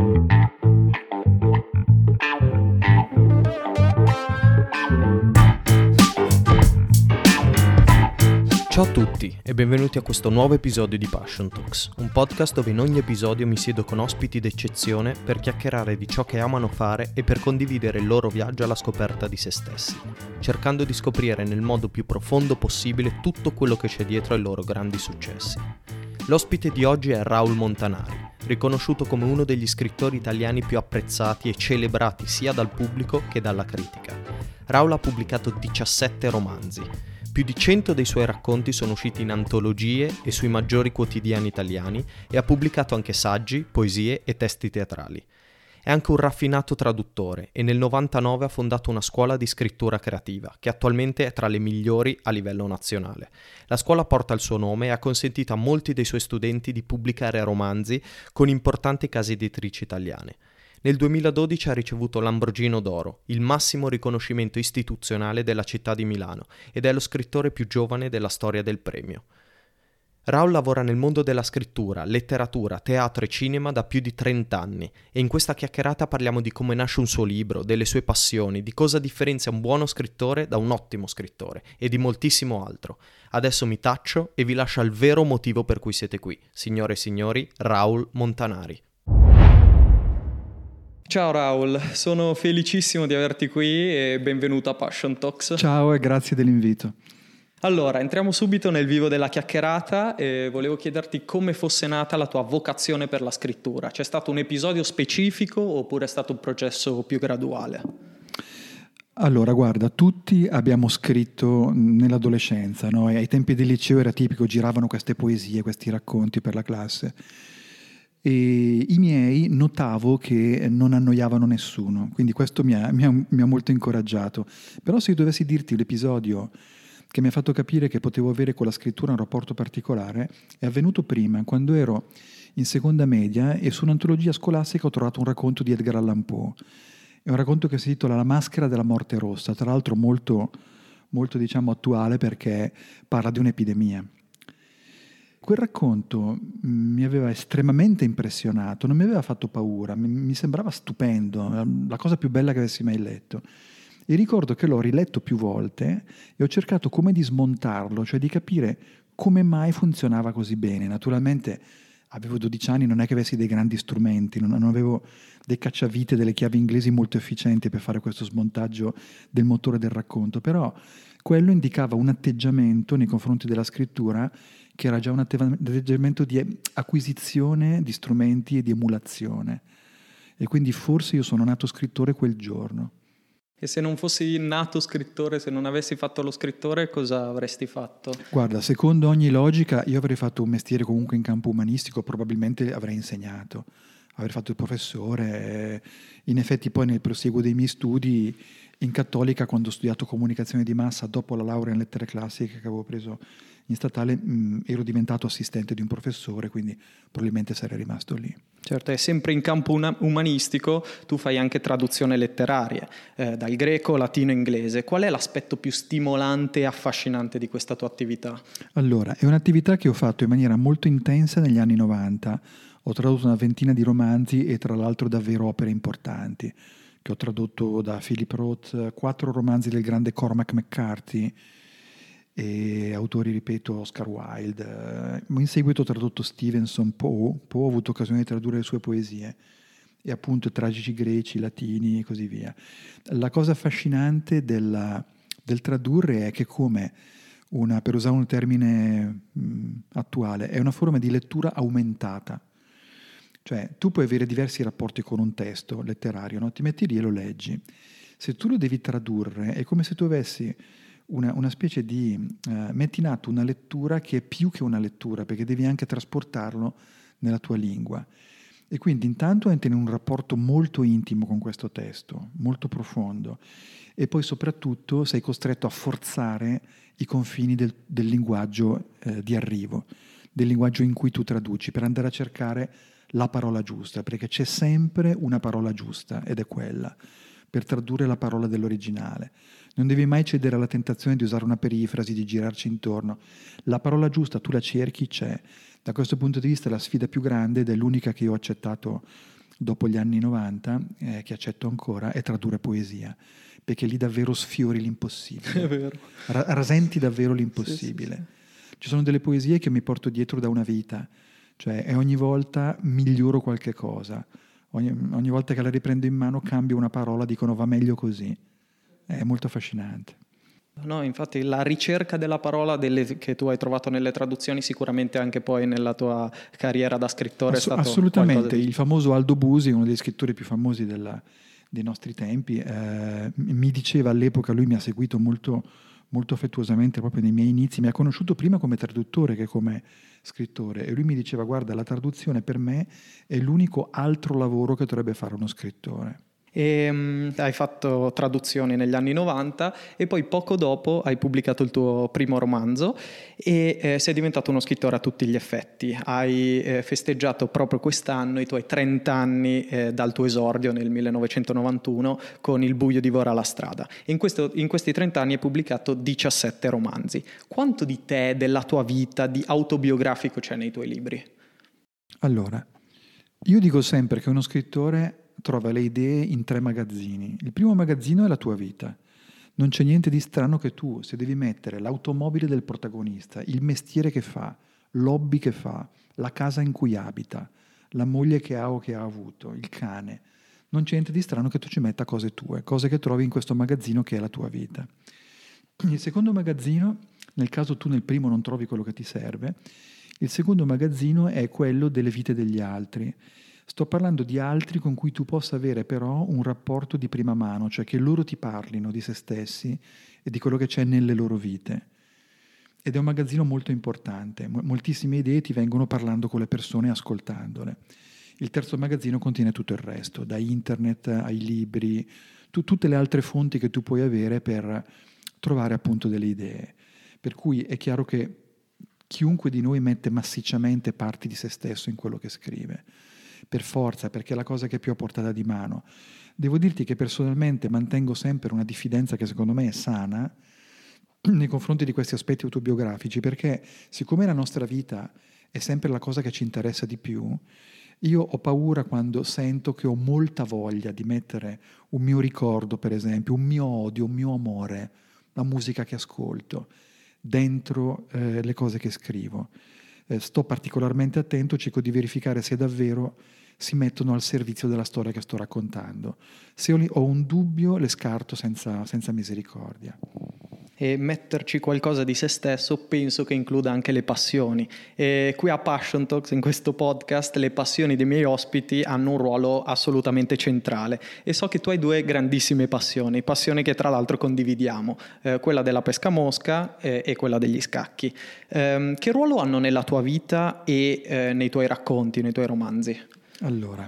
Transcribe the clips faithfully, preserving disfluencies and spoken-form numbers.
Ciao a tutti e benvenuti a questo nuovo episodio di Passion Talks, un podcast dove in ogni episodio mi siedo con ospiti d'eccezione per chiacchierare di ciò che amano fare e per condividere il loro viaggio alla scoperta di se stessi, cercando di scoprire nel modo più profondo possibile tutto quello che c'è dietro ai loro grandi successi. L'ospite di oggi è Raul Montanari, riconosciuto come uno degli scrittori italiani più apprezzati e celebrati sia dal pubblico che dalla critica. Raul ha pubblicato diciassette romanzi. Più di cento dei suoi racconti sono usciti in antologie e sui maggiori quotidiani italiani e ha pubblicato anche saggi, poesie e testi teatrali. È anche un raffinato traduttore e nel novantanove ha fondato una scuola di scrittura creativa che attualmente è tra le migliori a livello nazionale. La scuola porta il suo nome e ha consentito a molti dei suoi studenti di pubblicare romanzi con importanti case editrici italiane. Nel duemiladodici ha ricevuto l'Ambrogino d'Oro, il massimo riconoscimento istituzionale della città di Milano, ed è lo scrittore più giovane della storia del premio. Raul lavora nel mondo della scrittura, letteratura, teatro e cinema da più di trenta anni e in questa chiacchierata parliamo di come nasce un suo libro, delle sue passioni, di cosa differenzia un buono scrittore da un ottimo scrittore e di moltissimo altro. Adesso mi taccio e vi lascio al vero motivo per cui siete qui. Signore e signori, Raul Montanari. Ciao Raul, sono felicissimo di averti qui e benvenuto a Passion Talks. Ciao e grazie dell'invito. Allora, entriamo subito nel vivo della chiacchierata e volevo chiederti come fosse nata la tua vocazione per la scrittura. C'è stato un episodio specifico oppure è stato un processo più graduale? Allora, guarda, tutti abbiamo scritto nell'adolescenza, no? E ai tempi del liceo era tipico, giravano queste poesie, questi racconti per la classe. E i miei notavo che non annoiavano nessuno, quindi questo mi ha, mi ha, mi ha molto incoraggiato. Però se io dovessi dirti l'episodio che mi ha fatto capire che potevo avere con la scrittura un rapporto particolare è avvenuto prima, quando ero in seconda media e su un'antologia scolastica ho trovato un racconto di Edgar Allan Poe. È un racconto che si intitola La maschera della morte rossa, tra l'altro molto, molto diciamo attuale perché parla di un'epidemia. Quel racconto mi aveva estremamente impressionato, non mi aveva fatto paura, mi, mi sembrava stupendo, la cosa più bella che avessi mai letto. E ricordo che l'ho riletto più volte e ho cercato come di smontarlo, cioè di capire come mai funzionava così bene. Naturalmente avevo dodici anni, non è che avessi dei grandi strumenti, non, non avevo dei cacciavite, delle chiavi inglesi molto efficienti per fare questo smontaggio del motore del racconto, però quello indicava un atteggiamento nei confronti della scrittura che era già un atteggiamento di acquisizione di strumenti e di emulazione. E quindi forse io sono nato scrittore quel giorno. E se non fossi nato scrittore, se non avessi fatto lo scrittore, cosa avresti fatto? Guarda, secondo ogni logica, io avrei fatto un mestiere comunque in campo umanistico, probabilmente avrei insegnato, avrei fatto il professore. In effetti poi nel proseguo dei miei studi in Cattolica, quando ho studiato comunicazione di massa, dopo la laurea in lettere classiche che avevo preso in statale, mh, ero diventato assistente di un professore, quindi probabilmente sarei rimasto lì. Certo, è sempre in campo una- umanistico, tu fai anche traduzione letteraria, eh, dal greco, latino e inglese. Qual è l'aspetto più stimolante e affascinante di questa tua attività? Allora, è un'attività che ho fatto in maniera molto intensa negli anni novanta. Ho tradotto una ventina di romanzi e tra l'altro davvero opere importanti, che ho tradotto da Philip Roth, quattro romanzi del grande Cormac McCarthy, e autori, ripeto, Oscar Wilde. In seguito ho tradotto Stevenson, Poe, Poe ho avuto occasione di tradurre le sue poesie e appunto i tragici greci, latini e così via. La cosa affascinante della, del tradurre è che come una, per usare un termine mh, attuale, è una forma di lettura aumentata. Cioè tu puoi avere diversi rapporti con un testo letterario, no? Ti metti lì e lo leggi. Se tu lo devi tradurre è come se tu avessi Una, una specie di uh, metti in atto una lettura che è più che una lettura, perché devi anche trasportarlo nella tua lingua. E quindi intanto entri in un rapporto molto intimo con questo testo, molto profondo, e poi soprattutto sei costretto a forzare i confini del, del linguaggio eh, di arrivo, del linguaggio in cui tu traduci, per andare a cercare la parola giusta, perché c'è sempre una parola giusta, ed è quella, per tradurre la parola dell'originale. Non devi mai cedere alla tentazione di usare una perifrasi, di girarci intorno. La parola giusta tu la cerchi, c'è. Da questo punto di vista la sfida più grande, ed è l'unica che io ho accettato dopo gli anni novanta, eh, che accetto ancora, è tradurre poesia, perché lì davvero sfiori l'impossibile. È vero. Ra- rasenti davvero l'impossibile. Sì, sì, sì. Ci sono delle poesie che mi porto dietro da una vita, cioè, e ogni volta miglioro qualche cosa. Ogni, ogni volta che la riprendo in mano cambio una parola, dicono va meglio così. È molto affascinante. No, infatti la ricerca della parola delle, che tu hai trovato nelle traduzioni, sicuramente anche poi nella tua carriera da scrittore, Ass- è stato assolutamente. Di... Il famoso Aldo Busi, uno dei scrittori più famosi della, dei nostri tempi, eh, mi diceva all'epoca, lui mi ha seguito molto, molto affettuosamente proprio nei miei inizi, mi ha conosciuto prima come traduttore che come scrittore, e lui mi diceva: guarda, la traduzione per me è l'unico altro lavoro che dovrebbe fare uno scrittore. E, um, hai fatto traduzioni negli anni novanta e poi poco dopo hai pubblicato il tuo primo romanzo e eh, sei diventato uno scrittore a tutti gli effetti. Hai eh, festeggiato proprio quest'anno i tuoi trenta anni eh, dal tuo esordio nel millenovecentonovantuno con Il buio divora la strada. In, questo, in questi trenta anni hai pubblicato diciassette romanzi. Quanto di te, della tua vita, di autobiografico c'è nei tuoi libri? Allora, io dico sempre che uno scrittore trova le idee in tre magazzini. Il primo magazzino è la tua vita. Non c'è niente di strano che tu, se devi mettere l'automobile del protagonista, il mestiere che fa, l'hobby che fa, la casa in cui abita, la moglie che ha o che ha avuto, il cane, non c'è niente di strano che tu ci metta cose tue, cose che trovi in questo magazzino che è la tua vita. Il secondo magazzino, nel caso tu nel primo non trovi quello che ti serve, il secondo magazzino è quello delle vite degli altri. Sto parlando di altri con cui tu possa avere però un rapporto di prima mano, cioè che loro ti parlino di se stessi e di quello che c'è nelle loro vite. Ed è un magazzino molto importante, moltissime idee ti vengono parlando con le persone e ascoltandole. Il terzo magazzino contiene tutto il resto, da internet ai libri, tu, tutte le altre fonti che tu puoi avere per trovare appunto delle idee. Per cui è chiaro che chiunque di noi mette massicciamente parti di se stesso in quello che scrive. Per forza, perché è la cosa che è più a portata di mano. Devo dirti che personalmente mantengo sempre una diffidenza che secondo me è sana nei confronti di questi aspetti autobiografici, perché siccome la nostra vita è sempre la cosa che ci interessa di più, io ho paura quando sento che ho molta voglia di mettere un mio ricordo, per esempio, un mio odio, un mio amore, la musica che ascolto, dentro eh, le cose che scrivo. Eh, sto particolarmente attento, cerco di verificare se davvero si mettono al servizio della storia che sto raccontando. Se ho un dubbio, le scarto senza, senza misericordia. E metterci qualcosa di se stesso penso che includa anche le passioni. E qui a Passion Talks, in questo podcast, le passioni dei miei ospiti hanno un ruolo assolutamente centrale e so che tu hai due grandissime passioni, passioni che tra l'altro condividiamo, eh, quella della pesca mosca eh, e quella degli scacchi. Eh, che ruolo hanno nella tua vita e eh, nei tuoi racconti, nei tuoi romanzi? Allora,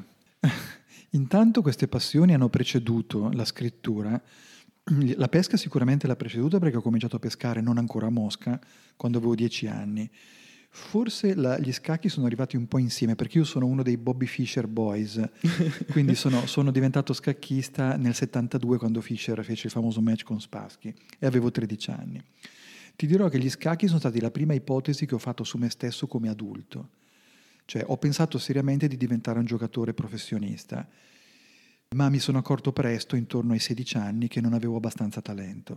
intanto queste passioni hanno preceduto la scrittura. La pesca sicuramente l'ha preceduta perché ho cominciato a pescare non ancora a mosca quando avevo dieci anni. Forse la, gli scacchi sono arrivati un po' insieme perché io sono uno dei Bobby Fischer Boys, quindi sono, sono diventato scacchista nel settantadue quando Fischer fece il famoso match con Spassky e avevo tredici anni. Ti dirò che gli scacchi sono stati la prima ipotesi che ho fatto su me stesso come adulto. Cioè ho pensato seriamente di diventare un giocatore professionista, ma mi sono accorto presto, intorno ai sedici anni, che non avevo abbastanza talento.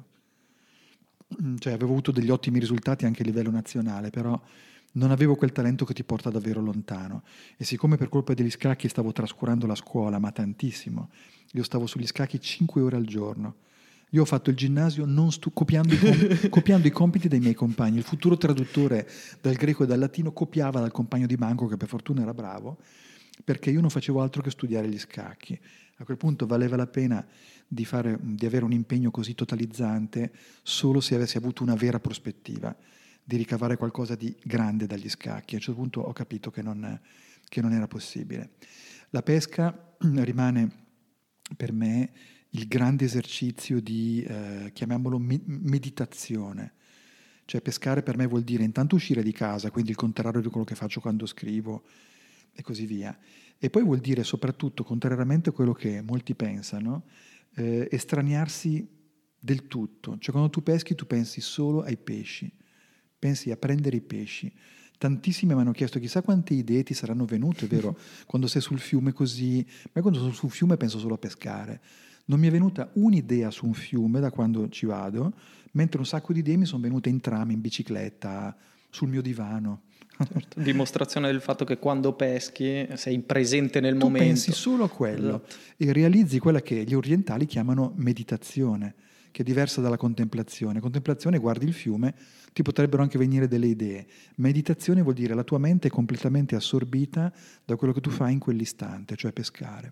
Cioè avevo avuto degli ottimi risultati anche a livello nazionale, però non avevo quel talento che ti porta davvero lontano. E siccome per colpa degli scacchi stavo trascurando la scuola, ma tantissimo, io stavo sugli scacchi cinque ore al giorno. Io ho fatto il ginnasio non stu- copiando, i com- copiando i compiti dei miei compagni. Il futuro traduttore dal greco e dal latino copiava dal compagno di banco, che per fortuna era bravo, perché io non facevo altro che studiare gli scacchi. A quel punto valeva la pena di, fare, di avere un impegno così totalizzante solo se avessi avuto una vera prospettiva di ricavare qualcosa di grande dagli scacchi. A un certo punto ho capito che non, che non era possibile. La pesca rimane per me il grande esercizio di, eh, chiamiamolo, me- meditazione. Cioè pescare per me vuol dire intanto uscire di casa, quindi il contrario di quello che faccio quando scrivo e così via. E poi vuol dire soprattutto, contrariamente a quello che molti pensano, eh, estraniarsi del tutto. Cioè quando tu peschi tu pensi solo ai pesci, pensi a prendere i pesci. Tantissime mi hanno chiesto chissà quante idee ti saranno venute, è vero, quando sei sul fiume così. Ma quando sono sul fiume penso solo a pescare. Non mi è venuta un'idea su un fiume da quando ci vado, mentre un sacco di idee mi sono venute in tram, in bicicletta, sul mio divano. Certo. Dimostrazione del fatto che quando peschi sei presente nel tu momento. Tu pensi solo a quello, esatto. E realizzi quella che gli orientali chiamano meditazione, che è diversa dalla contemplazione. Contemplazione, guardi il fiume, ti potrebbero anche venire delle idee. Meditazione vuol dire la tua mente è completamente assorbita da quello che tu fai in quell'istante, cioè pescare.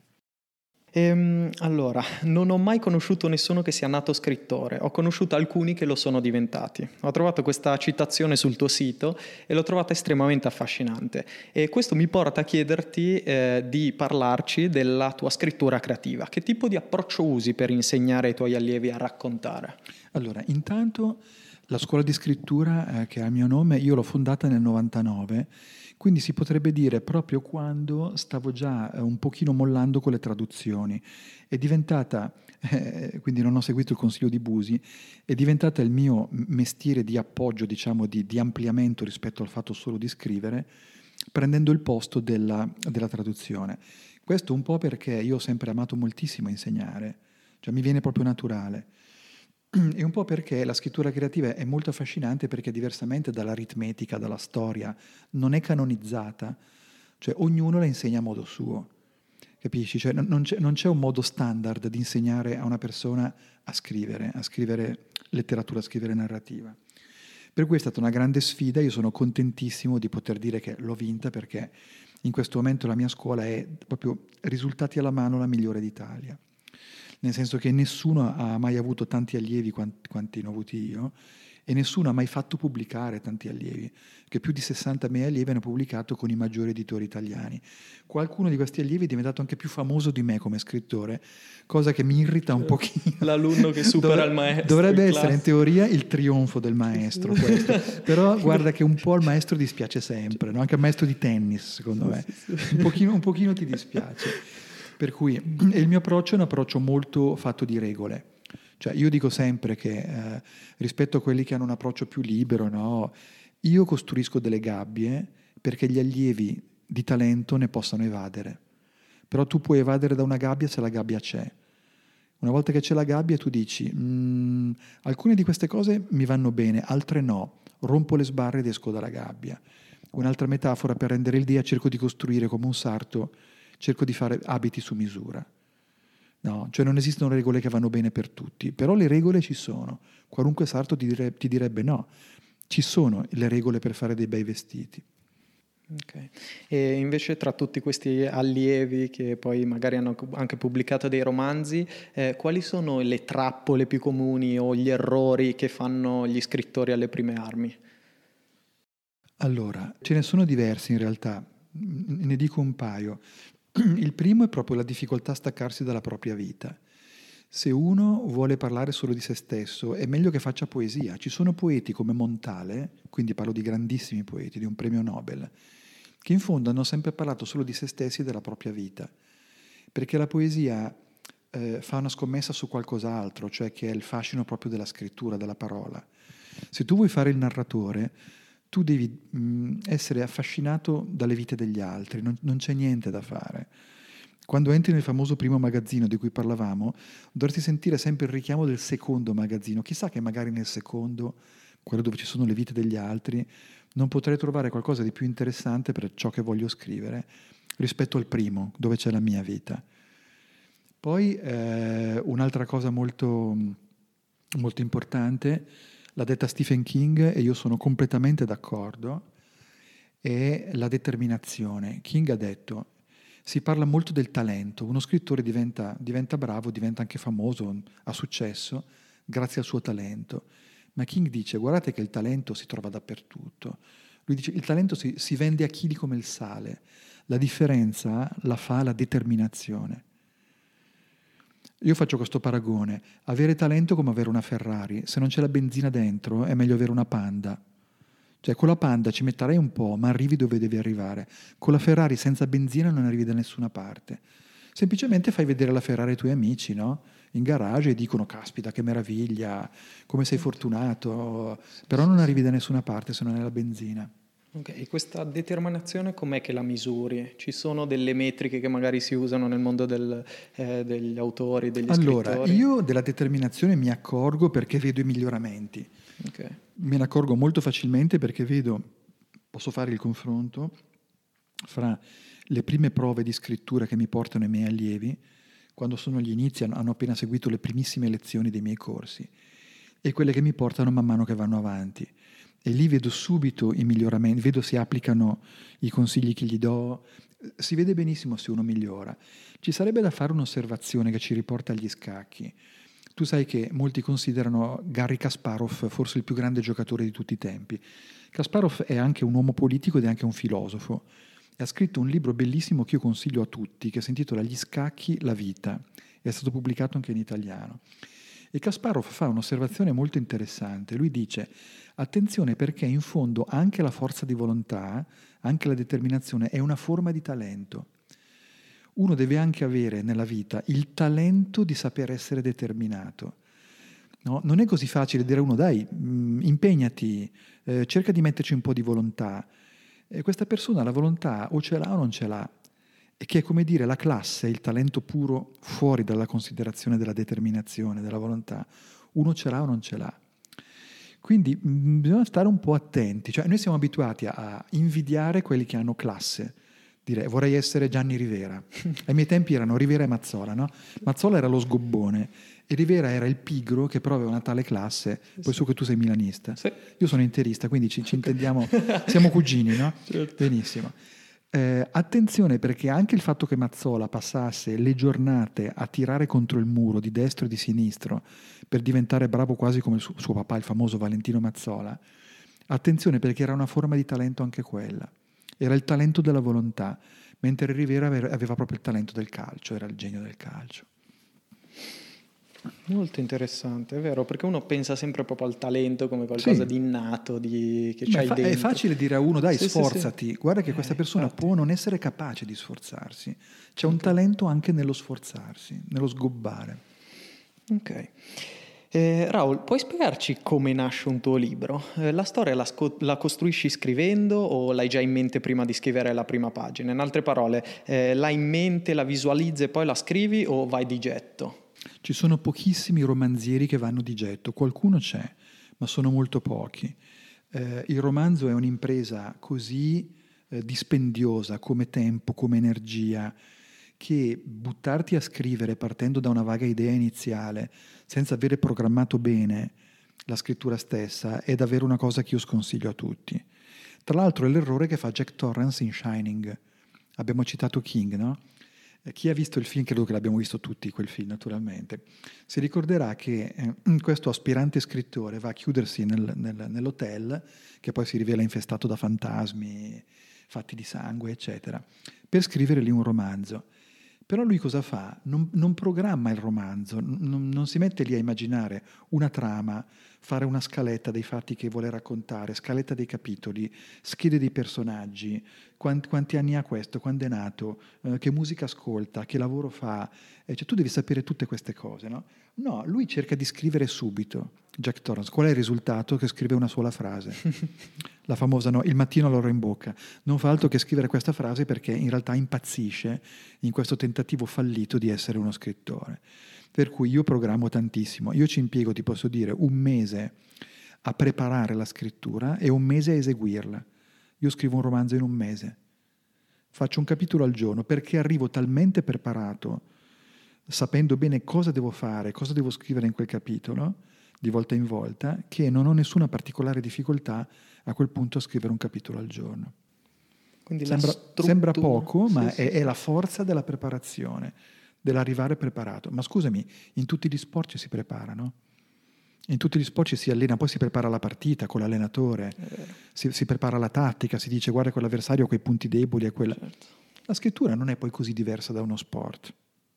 Ehm, allora, non ho mai conosciuto nessuno che sia nato scrittore, ho conosciuto alcuni che lo sono diventati. Ho trovato questa citazione sul tuo sito e l'ho trovata estremamente affascinante e questo mi porta a chiederti eh, di parlarci della tua scrittura creativa. Che tipo di approccio usi per insegnare ai tuoi allievi a raccontare? Allora, intanto la scuola di scrittura eh, che ha il mio nome, io l'ho fondata nel novantanove, quindi si potrebbe dire proprio quando stavo già eh, un pochino mollando con le traduzioni. È diventata, eh, quindi non ho seguito il consiglio di Busi, è diventata il mio mestiere di appoggio, diciamo, di, di ampliamento rispetto al fatto solo di scrivere, prendendo il posto della, della traduzione. Questo un po' perché io ho sempre amato moltissimo insegnare, cioè mi viene proprio naturale. E un po' perché la scrittura creativa è molto affascinante perché diversamente dall'aritmetica, dalla storia, non è canonizzata, cioè ognuno la insegna a modo suo, capisci? Cioè non c'è, non c'è un modo standard di insegnare a una persona a scrivere, a scrivere letteratura, a scrivere narrativa. Per cui è stata una grande sfida, io sono contentissimo di poter dire che l'ho vinta perché in questo momento la mia scuola è proprio risultati alla mano la migliore d'Italia. Nel senso che nessuno ha mai avuto tanti allievi quanti, quanti ne ho avuti io e nessuno ha mai fatto pubblicare tanti allievi, che più di sessanta miei allievi hanno pubblicato con i maggiori editori italiani. Qualcuno di questi allievi è diventato anche più famoso di me come scrittore, cosa che mi irrita un pochino. L'alunno che supera Dov- il maestro. Dovrebbe in essere in teoria il trionfo del maestro questo, però guarda che un po' al maestro dispiace sempre, no? Anche al maestro di tennis secondo me, un pochino, un pochino ti dispiace. Per cui il mio approccio è un approccio molto fatto di regole. Cioè io dico sempre che eh, rispetto a quelli che hanno un approccio più libero, no, io costruisco delle gabbie perché gli allievi di talento ne possano evadere. Però tu puoi evadere da una gabbia se la gabbia c'è. Una volta che c'è la gabbia tu dici mm, alcune di queste cose mi vanno bene, altre no. Rompo le sbarre ed esco dalla gabbia. Un'altra metafora per rendere l'idea, cerco di costruire come un sarto, cerco di fare abiti su misura. No, cioè non esistono regole che vanno bene per tutti, però le regole ci sono. Qualunque sarto ti, dire, ti direbbe no, ci sono le regole per fare dei bei vestiti. Okay. E invece tra tutti questi allievi che poi magari hanno anche pubblicato dei romanzi, eh, quali sono le trappole più comuni o gli errori che fanno gli scrittori alle prime armi? Allora, ce ne sono diversi in realtà, ne dico un paio. Il primo è proprio la difficoltà a staccarsi dalla propria vita. Se uno vuole parlare solo di se stesso, è meglio che faccia poesia. Ci sono poeti come Montale, quindi parlo di grandissimi poeti, di un premio Nobel, che in fondo hanno sempre parlato solo di se stessi e della propria vita. Perché la poesia eh, fa una scommessa su qualcos'altro, cioè che è il fascino proprio della scrittura, della parola. Se tu vuoi fare il narratore, tu devi mh, essere affascinato dalle vite degli altri, non, non c'è niente da fare. Quando entri nel famoso primo magazzino di cui parlavamo, dovresti sentire sempre il richiamo del secondo magazzino. Chissà che magari nel secondo, quello dove ci sono le vite degli altri, non potrei trovare qualcosa di più interessante per ciò che voglio scrivere rispetto al primo, dove c'è la mia vita. Poi eh, un'altra cosa molto, molto importante, l'ha detta Stephen King e io sono completamente d'accordo, è la determinazione. King ha detto, si parla molto del talento, uno scrittore diventa, diventa bravo, diventa anche famoso, ha successo grazie al suo talento, ma King dice guardate che il talento si trova dappertutto. Lui dice il talento si, si vende a chili come il sale, la differenza la fa la determinazione. Io faccio questo paragone, avere talento come avere una Ferrari, se non c'è la benzina dentro è meglio avere una Panda. Cioè con la Panda ci metterai un po', ma arrivi dove devi arrivare. Con la Ferrari senza benzina non arrivi da nessuna parte. Semplicemente fai vedere la Ferrari ai tuoi amici, no? In garage e dicono, caspita, che meraviglia, come sei fortunato, però non arrivi da nessuna parte se non è la benzina. Ok, questa determinazione com'è che la misuri? Ci sono delle metriche che magari si usano nel mondo del, eh, degli autori, degli Allora, scrittori? io della determinazione mi accorgo perché vedo i miglioramenti. Okay. Me ne accorgo molto facilmente perché vedo, posso fare il confronto fra le prime prove di scrittura che mi portano i miei allievi, quando sono agli inizi, hanno appena seguito le primissime lezioni dei miei corsi, e quelle che mi portano man mano che vanno avanti. E lì vedo subito i miglioramenti, vedo se applicano i consigli che gli do, si vede benissimo se uno migliora. Ci sarebbe da fare un'osservazione che ci riporta agli scacchi. Tu sai che molti considerano Garry Kasparov forse il più grande giocatore di tutti i tempi. Kasparov è anche un uomo politico ed è anche un filosofo. E ha scritto un libro bellissimo che io consiglio a tutti, che si intitola Gli scacchi, la vita. È stato pubblicato anche in italiano. E Kasparov fa un'osservazione molto interessante. Lui dice: attenzione, perché in fondo anche la forza di volontà, anche la determinazione è una forma di talento. Uno deve anche avere nella vita il talento di saper essere determinato. No? Non è così facile dire a uno: dai, mh, impegnati, eh, cerca di metterci un po' di volontà. E questa persona la volontà o ce l'ha o non ce l'ha. E che è come dire la classe, il talento puro fuori dalla considerazione della determinazione, della volontà. Uno ce l'ha o non ce l'ha. Quindi mh, bisogna stare un po' attenti. Cioè, noi siamo abituati a, a invidiare quelli che hanno classe. Dire, vorrei essere Gianni Rivera. Ai miei tempi erano Rivera e Mazzola, no? Mazzola era lo sgobbone e Rivera era il pigro che però aveva una tale classe. Poi so che tu sei milanista. Sì. Io sono interista, quindi ci, ci intendiamo, siamo cugini, no? Certo. Benissimo. Eh, attenzione, perché anche il fatto che Mazzola passasse le giornate a tirare contro il muro di destro e di sinistro per diventare bravo quasi come il suo, suo papà, il famoso Valentino Mazzola, attenzione, perché era una forma di talento anche quella. Era il talento della volontà, mentre Rivera aveva proprio il talento del calcio, era il genio del calcio. Molto interessante, è vero, perché uno pensa sempre proprio al talento come qualcosa sì. di innato, di, che c'hai fa- dentro. È facile dire a uno: dai, sì, sforzati. Sì, sì. Guarda che questa eh, persona infatti. può non essere capace di sforzarsi. C'è un talento anche nello sforzarsi, nello sgobbare. Ok. Eh, Raul, puoi spiegarci come nasce un tuo libro? Eh, la storia la, sco- la costruisci scrivendo o l'hai già in mente prima di scrivere la prima pagina? In altre parole, eh, l'hai in mente, la visualizzi e poi la scrivi o vai di getto? Ci sono pochissimi romanzieri che vanno di getto, qualcuno c'è, ma sono molto pochi. Eh, il romanzo è un'impresa così eh, dispendiosa come tempo, come energia, che buttarti a scrivere partendo da una vaga idea iniziale, senza avere programmato bene la scrittura stessa, è davvero una cosa che io sconsiglio a tutti. Tra l'altro è l'errore che fa Jack Torrance in Shining. Abbiamo citato King, no? Chi ha visto il film, credo che l'abbiamo visto tutti quel film naturalmente, si ricorderà che eh, questo aspirante scrittore va a chiudersi nel, nel, nell'hotel, che poi si rivela infestato da fantasmi, fatti di sangue, eccetera, per scrivere lì un romanzo. Però lui cosa fa? Non, non programma il romanzo, non, non si mette lì a immaginare una trama, fare una scaletta dei fatti che vuole raccontare, scaletta dei capitoli, schede dei personaggi, quanti, quanti anni ha questo, quando è nato, eh, che musica ascolta, che lavoro fa. Eh, cioè, tu devi sapere tutte queste cose, no? No, lui cerca di scrivere subito. Jack Torrance, qual è il risultato? Che scrive una sola frase. La famosa, no, il mattino all'ora in bocca. Non fa altro che scrivere questa frase perché in realtà impazzisce in questo tentativo fallito di essere uno scrittore. Per cui io programmo tantissimo. Io ci impiego, ti posso dire, un mese a preparare la scrittura e un mese a eseguirla. Io scrivo un romanzo in un mese. Faccio un capitolo al giorno perché arrivo talmente preparato, sapendo bene cosa devo fare, cosa devo scrivere in quel capitolo, di volta in volta, che non ho nessuna particolare difficoltà a quel punto a scrivere un capitolo al giorno. Quindi sembra, struttura... sembra poco, ma sì, è, sì. è la forza della preparazione, dell'arrivare preparato. Ma scusami, in tutti gli sport ci si prepara, no? In tutti gli sport ci si allena, poi si prepara la partita con l'allenatore, si, si prepara la tattica, si dice guarda quell'avversario ha quei punti deboli e quella... Certo. La scrittura non è poi così diversa da uno sport.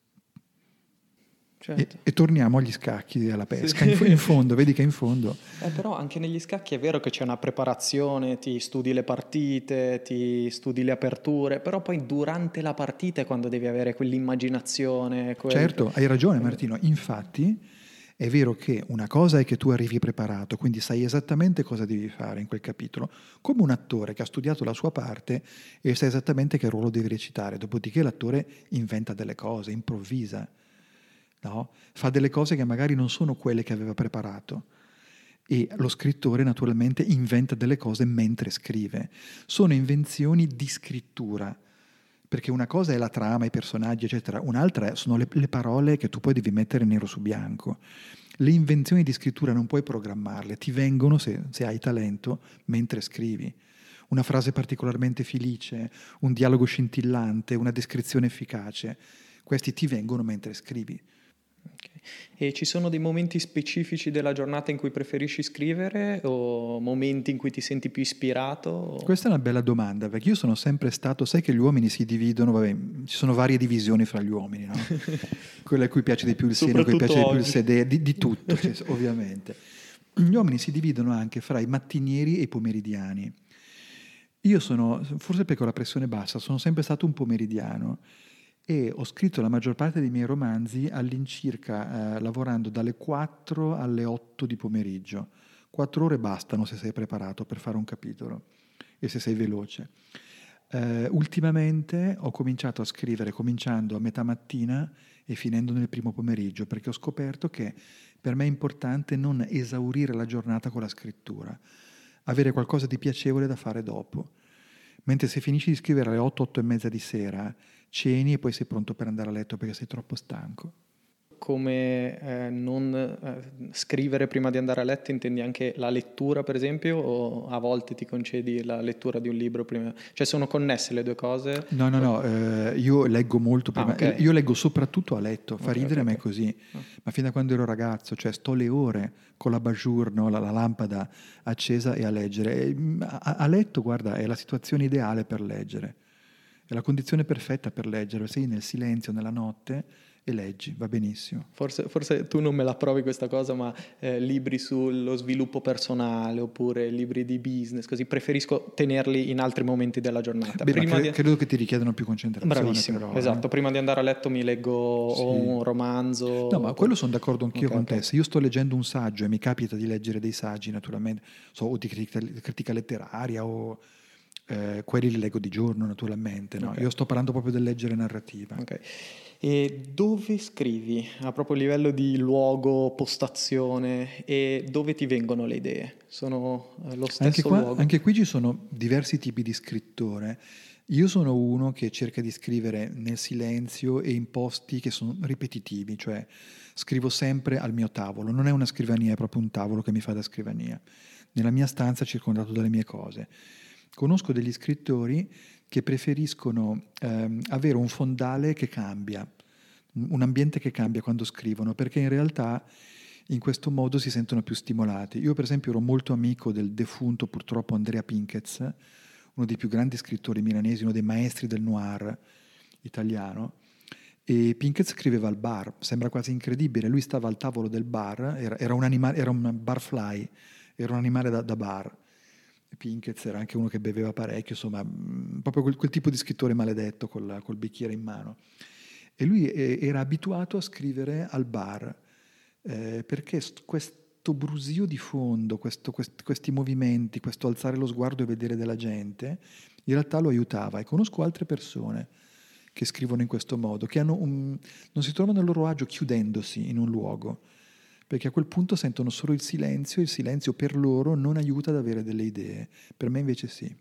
Certo. E, e torniamo agli scacchi, alla pesca, sì. in, in fondo, vedi che in fondo... Eh, però anche negli scacchi è vero che c'è una preparazione, ti studi le partite, ti studi le aperture, però poi durante la partita è quando devi avere quell'immaginazione. Quel... Certo, hai ragione Martino, infatti È vero che una cosa è che tu arrivi preparato, quindi sai esattamente cosa devi fare in quel capitolo, come un attore che ha studiato la sua parte e sa esattamente che ruolo deve recitare, dopodiché l'attore inventa delle cose, improvvisa, no? Fa delle cose che magari non sono quelle che aveva preparato. E lo scrittore naturalmente inventa delle cose mentre scrive. Sono invenzioni di scrittura, perché una cosa è la trama, i personaggi, eccetera, un'altra sono le, le parole che tu poi devi mettere nero su bianco. Le invenzioni di scrittura non puoi programmarle, ti vengono, se, se hai talento, mentre scrivi. Una frase particolarmente felice, un dialogo scintillante, una descrizione efficace, questi ti vengono mentre scrivi. Okay. E ci sono dei momenti specifici della giornata in cui preferisci scrivere o momenti in cui ti senti più ispirato? O... Questa è una bella domanda, perché io sono sempre stato, sai che gli uomini si dividono, vabbè, ci sono varie divisioni fra gli uomini, no? Quello a cui piace di più il seno, a cui piace di più il sedere, di, di tutto, cioè, ovviamente. Gli uomini si dividono anche fra i mattinieri e i pomeridiani. Io sono, forse perché ho la pressione bassa, sono sempre stato un pomeridiano. E ho scritto la maggior parte dei miei romanzi all'incirca eh, lavorando dalle quattro alle otto di pomeriggio. Quattro ore bastano se sei preparato per fare un capitolo e se sei veloce. Eh, ultimamente ho cominciato a scrivere cominciando a metà mattina e finendo nel primo pomeriggio, perché ho scoperto che per me è importante non esaurire la giornata con la scrittura, avere qualcosa di piacevole da fare dopo. Mentre se finisci di scrivere alle otto, otto e mezza di sera, ceni e poi sei pronto per andare a letto perché sei troppo stanco. Come eh, non eh, scrivere prima di andare a letto, intendi anche la lettura per esempio, o a volte ti concedi la lettura di un libro prima? Cioè sono connesse le due cose? No, no, no, eh, io leggo molto prima, ah, okay. Io leggo soprattutto a letto, fa okay, ridere okay, me okay. così, oh. Ma fin da quando ero ragazzo, cioè sto le ore con la bajour, no, la, la lampada accesa e a leggere. E, a, a letto, guarda, è la situazione ideale per leggere, è la condizione perfetta per leggere, sei nel silenzio, nella notte, e leggi, va benissimo. Forse, forse tu non me la provi questa cosa, ma eh, libri sullo sviluppo personale oppure libri di business, così preferisco tenerli in altri momenti della giornata. Beh, prima cre- di... credo che ti richiedano più concentrazione. Bravissimo, però, esatto, eh? Prima di andare a letto mi leggo sì. o un romanzo. No, ma quello sono d'accordo anch'io okay, con okay. te. Se io sto leggendo un saggio e mi capita di leggere dei saggi, naturalmente, so, o di critica, critica letteraria o... Eh, quelli li leggo di giorno naturalmente, no? Okay. Io sto parlando proprio del leggere narrativa. Okay. E dove scrivi? A proprio livello di luogo, postazione, e dove ti vengono le idee? Sono lo stesso anche qua, luogo? Anche qui ci sono diversi tipi di scrittore. Io sono uno che cerca di scrivere nel silenzio e in posti che sono ripetitivi, cioè scrivo sempre al mio tavolo, non è una scrivania, è proprio un tavolo che mi fa da scrivania, nella mia stanza circondato dalle mie cose. Conosco degli scrittori che preferiscono ehm, avere un fondale che cambia, un ambiente che cambia quando scrivono, perché in realtà in questo modo si sentono più stimolati. Io per esempio ero molto amico del defunto purtroppo Andrea Pinkez, uno dei più grandi scrittori milanesi, uno dei maestri del noir italiano, e Pinkez scriveva al bar, sembra quasi incredibile, lui stava al tavolo del bar, era, era un animale, era un barfly, era un animale da, da bar. Pinkez era anche uno che beveva parecchio, insomma, proprio quel, quel tipo di scrittore maledetto col, col bicchiere in mano. E lui era abituato a scrivere al bar, eh, perché questo brusio di fondo, questo, quest, questi movimenti, questo alzare lo sguardo e vedere della gente, in realtà lo aiutava. E conosco altre persone che scrivono in questo modo, che hanno un, non si trovano a loro agio chiudendosi in un luogo, perché a quel punto sentono solo il silenzio e il silenzio per loro non aiuta ad avere delle idee. Per me invece sì.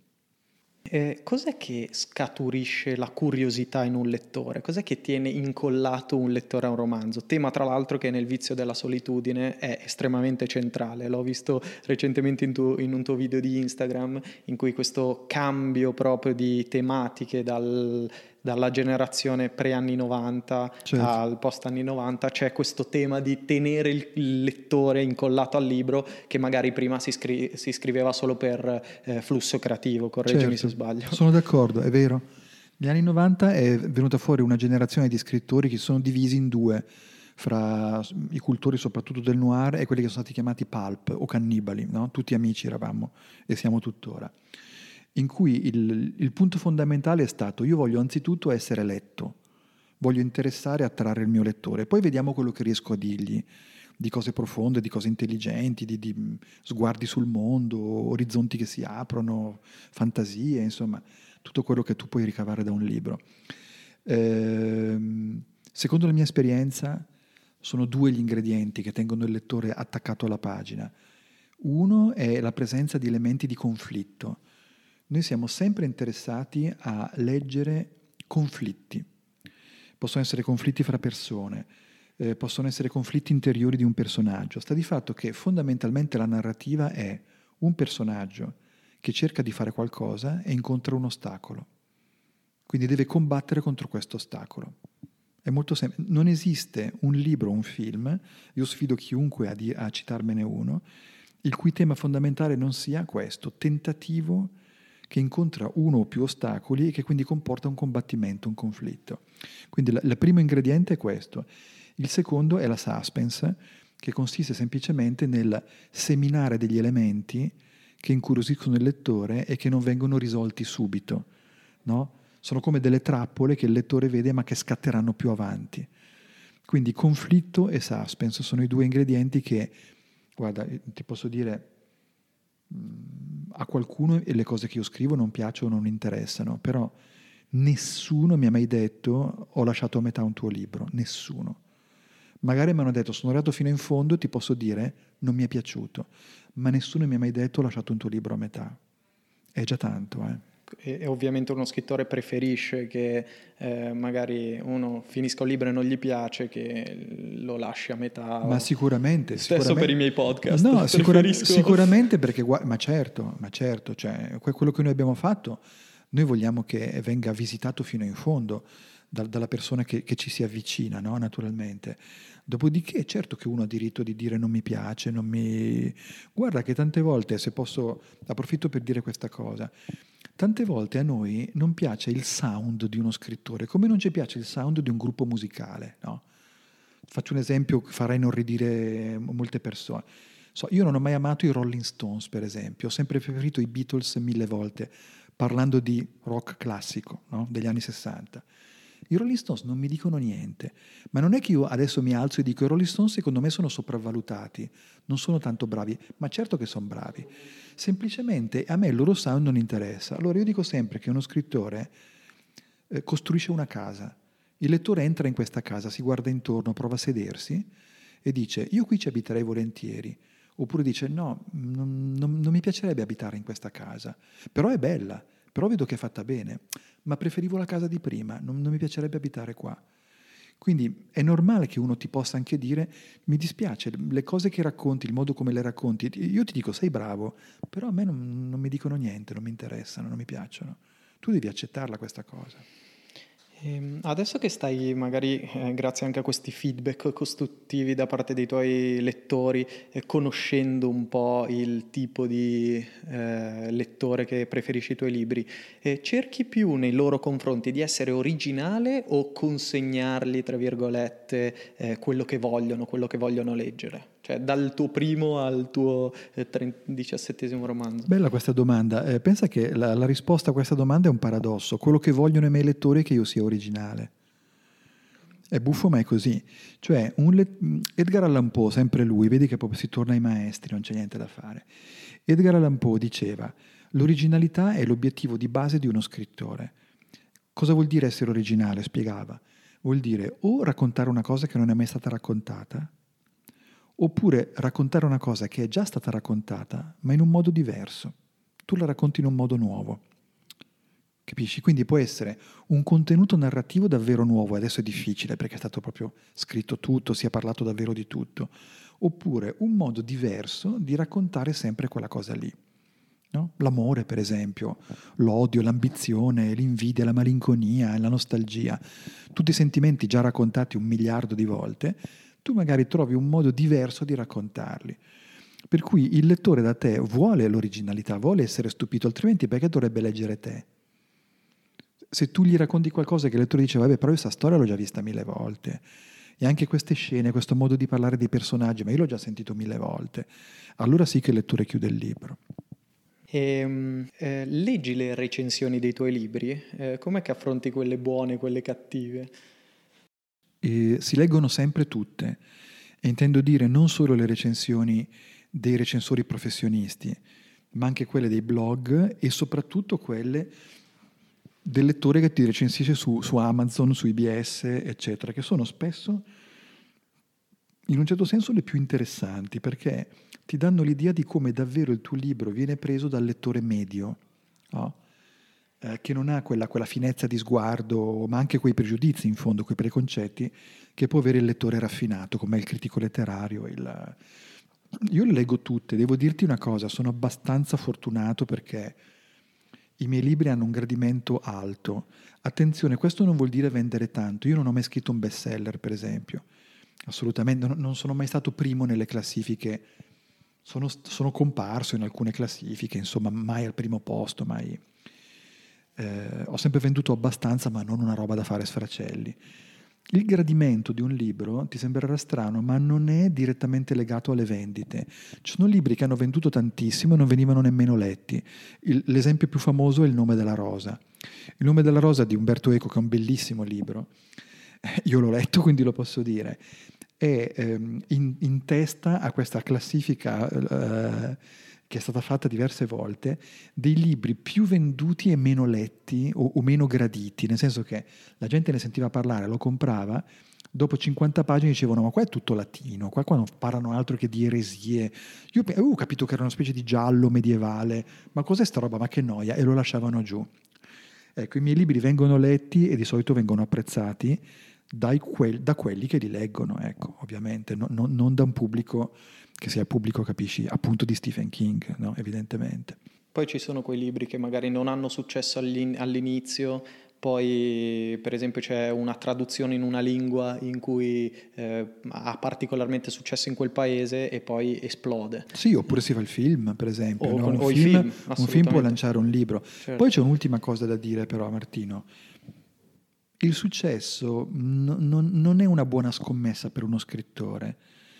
Eh, cos'è che scaturisce la curiosità in un lettore? Cos'è che tiene incollato un lettore a un romanzo? Tema tra l'altro che nel Vizio della solitudine è estremamente centrale. L'ho visto recentemente in, tu, in un tuo video di Instagram in cui questo cambio proprio di tematiche dal... dalla generazione pre-anni novanta certo. al post-anni novanta, c'è questo tema di tenere il lettore incollato al libro che magari prima si, scri- si scriveva solo per eh, flusso creativo, correggimi certo. se sbaglio. Sono d'accordo, è vero. Negli anni novanta è venuta fuori una generazione di scrittori che sono divisi in due, fra i cultori soprattutto del noir e quelli che sono stati chiamati pulp o cannibali, no? Tutti amici eravamo e siamo tuttora. In cui il, il punto fondamentale è stato: io voglio anzitutto essere letto, voglio interessare e attrarre il mio lettore, poi vediamo quello che riesco a dirgli. di cose profonde, di cose intelligenti, di, di sguardi sul mondo, orizzonti che si aprono, fantasie, insomma, tutto quello che tu puoi ricavare da un libro. Ehm, secondo la mia esperienza, sono due gli ingredienti che tengono il lettore attaccato alla pagina. Uno è la presenza di elementi di conflitto. Noi siamo sempre interessati a leggere conflitti. Possono essere conflitti fra persone, eh, possono essere conflitti interiori di un personaggio. Sta di fatto che fondamentalmente la narrativa è un personaggio che cerca di fare qualcosa e incontra un ostacolo. Quindi deve combattere contro questo ostacolo. È molto semplice. Non esiste un libro o un film, io sfido chiunque a, di- a citarmene uno, il cui tema fondamentale non sia questo, tentativo che incontra uno o più ostacoli e che quindi comporta un combattimento, un conflitto. Quindi la- il primo ingrediente è questo. Il secondo è la suspense, che consiste semplicemente nel seminare degli elementi che incuriosiscono il lettore e che non vengono risolti subito, no? Sono come delle trappole che il lettore vede ma che scatteranno più avanti. Quindi conflitto e suspense sono i due ingredienti che, guarda, ti posso dire, a qualcuno le cose che io scrivo non piacciono o non interessano, però nessuno mi ha mai detto ho lasciato a metà un tuo libro, nessuno. Magari mi hanno detto sono arrivato fino in fondo e ti posso dire non mi è piaciuto, ma nessuno mi ha mai detto ho lasciato un tuo libro a metà. È già tanto, eh. E, e ovviamente uno scrittore preferisce che eh, magari uno finisca un libro e non gli piace, che lo lasci a metà. Ma sicuramente. Stesso sicuramente, per i miei podcast. No, sicura, preferisco... sicuramente perché, ma certo, ma certo, cioè, quello che noi abbiamo fatto, noi vogliamo che venga visitato fino in fondo da, dalla persona che, che ci si avvicina, no? Naturalmente. Dopodiché, certo che uno ha diritto di dire non mi piace, non mi... Guarda che tante volte, se posso, approfitto per dire questa cosa, tante volte a noi non piace il sound di uno scrittore, come non ci piace il sound di un gruppo musicale, no? Faccio un esempio che farà inorridire molte persone. So, io non ho mai amato i Rolling Stones, per esempio, ho sempre preferito i Beatles mille volte, parlando di rock classico, no? Degli anni sessanta. I Rolling Stones non mi dicono niente, ma non è che io adesso mi alzo e dico i Rolling Stones secondo me sono sopravvalutati, non sono tanto bravi, ma certo che sono bravi, semplicemente a me il loro sound non interessa. Allora io dico sempre che uno scrittore eh, costruisce una casa, il lettore entra in questa casa, si guarda intorno, prova a sedersi e dice io qui ci abiterei volentieri, oppure dice no, non, non, non mi piacerebbe abitare in questa casa, però è bella, però vedo che è fatta bene, ma preferivo la casa di prima, non, non mi piacerebbe abitare qua. Quindi è normale che uno ti possa anche dire mi dispiace, le cose che racconti, il modo come le racconti, io ti dico sei bravo, però a me non, non mi dicono niente, non mi interessano, non mi piacciono. Tu devi accettarla questa cosa. E adesso che stai magari, eh, grazie anche a questi feedback costruttivi da parte dei tuoi lettori, eh, conoscendo un po' il tipo di eh, lettore che preferisci i tuoi libri, eh, cerchi più nei loro confronti di essere originale o consegnargli, tra virgolette, eh, quello che vogliono, quello che vogliono leggere? Cioè dal tuo primo al tuo eh, diciassettesimo romanzo. Bella questa domanda. Eh, pensa che la, la risposta a questa domanda è un paradosso. Quello che vogliono i miei lettori è che io sia originale. È buffo, ma è così. Cioè, un let- Edgar Allan Poe, sempre lui, vedi che proprio si torna ai maestri, non c'è niente da fare. Edgar Allan Poe diceva, l'originalità è l'obiettivo di base di uno scrittore. Cosa vuol dire essere originale? Spiegava. Vuol dire o raccontare una cosa che non è mai stata raccontata, oppure raccontare una cosa che è già stata raccontata, ma in un modo diverso. Tu la racconti in un modo nuovo. Capisci? Quindi può essere un contenuto narrativo davvero nuovo, adesso è difficile perché è stato proprio scritto tutto, si è parlato davvero di tutto, oppure un modo diverso di raccontare sempre quella cosa lì. No? L'amore, per esempio, l'odio, l'ambizione, l'invidia, la malinconia, la nostalgia, tutti i sentimenti già raccontati un miliardo di volte, tu magari trovi un modo diverso di raccontarli. Per cui il lettore da te vuole l'originalità, vuole essere stupito, altrimenti perché dovrebbe leggere te? Se tu gli racconti qualcosa che il lettore dice, vabbè, però io questa storia l'ho già vista mille volte, e anche queste scene, questo modo di parlare dei personaggi, ma io l'ho già sentito mille volte, allora sì che il lettore chiude il libro. E, eh, leggi le recensioni dei tuoi libri? Eh, com'è che affronti quelle buone, quelle cattive? E si leggono sempre tutte. E intendo dire non solo le recensioni dei recensori professionisti, ma anche quelle dei blog e soprattutto quelle del lettore che ti recensisce su, su Amazon, su I B S, eccetera, che sono spesso, in un certo senso, le più interessanti, perché ti danno l'idea di come davvero il tuo libro viene preso dal lettore medio, no? eh, che non ha quella, quella finezza di sguardo, ma anche quei pregiudizi, in fondo, quei preconcetti, che può avere il lettore raffinato, come il critico letterario. Il... Io le leggo tutte, devo dirti una cosa, sono abbastanza fortunato perché i miei libri hanno un gradimento alto. Attenzione, questo non vuol dire vendere tanto. Io non ho mai scritto un bestseller, per esempio. Assolutamente, non sono mai stato primo nelle classifiche. Sono, sono comparso in alcune classifiche, insomma, mai al primo posto, mai. Eh, ho sempre venduto abbastanza, ma non una roba da fare sfracelli. Il gradimento di un libro, ti sembrerà strano, ma non è direttamente legato alle vendite. Ci sono libri che hanno venduto tantissimo e non venivano nemmeno letti. Il, l'esempio più famoso è Il nome della rosa. Il nome della rosa di Umberto Eco, che è un bellissimo libro, io l'ho letto, quindi lo posso dire, è ehm, in, in testa a questa classifica eh, che è stata fatta diverse volte, dei libri più venduti e meno letti o, o meno graditi, nel senso che la gente ne sentiva parlare, lo comprava, dopo cinquanta pagine dicevano ma qua è tutto latino, qua, qua non parlano altro che di eresie. Io avevo capito che era una specie di giallo medievale, ma cos'è sta roba, ma che noia, e lo lasciavano giù. Ecco, i miei libri vengono letti e di solito vengono apprezzati dai quel, da quelli che li leggono, ecco, ovviamente, no, no, non da un pubblico che sia il pubblico, capisci, appunto di Stephen King, no? Evidentemente. Poi ci sono quei libri che magari non hanno successo all'inizio, poi per esempio c'è una traduzione in una lingua in cui eh, ha particolarmente successo in quel paese e poi esplode. Sì, oppure si fa il film, per esempio. O, no? con, un, o film, film, un film può lanciare un libro. Certo. Poi c'è un'ultima cosa da dire però, Martino. Il successo n- non, non è una buona scommessa per uno scrittore.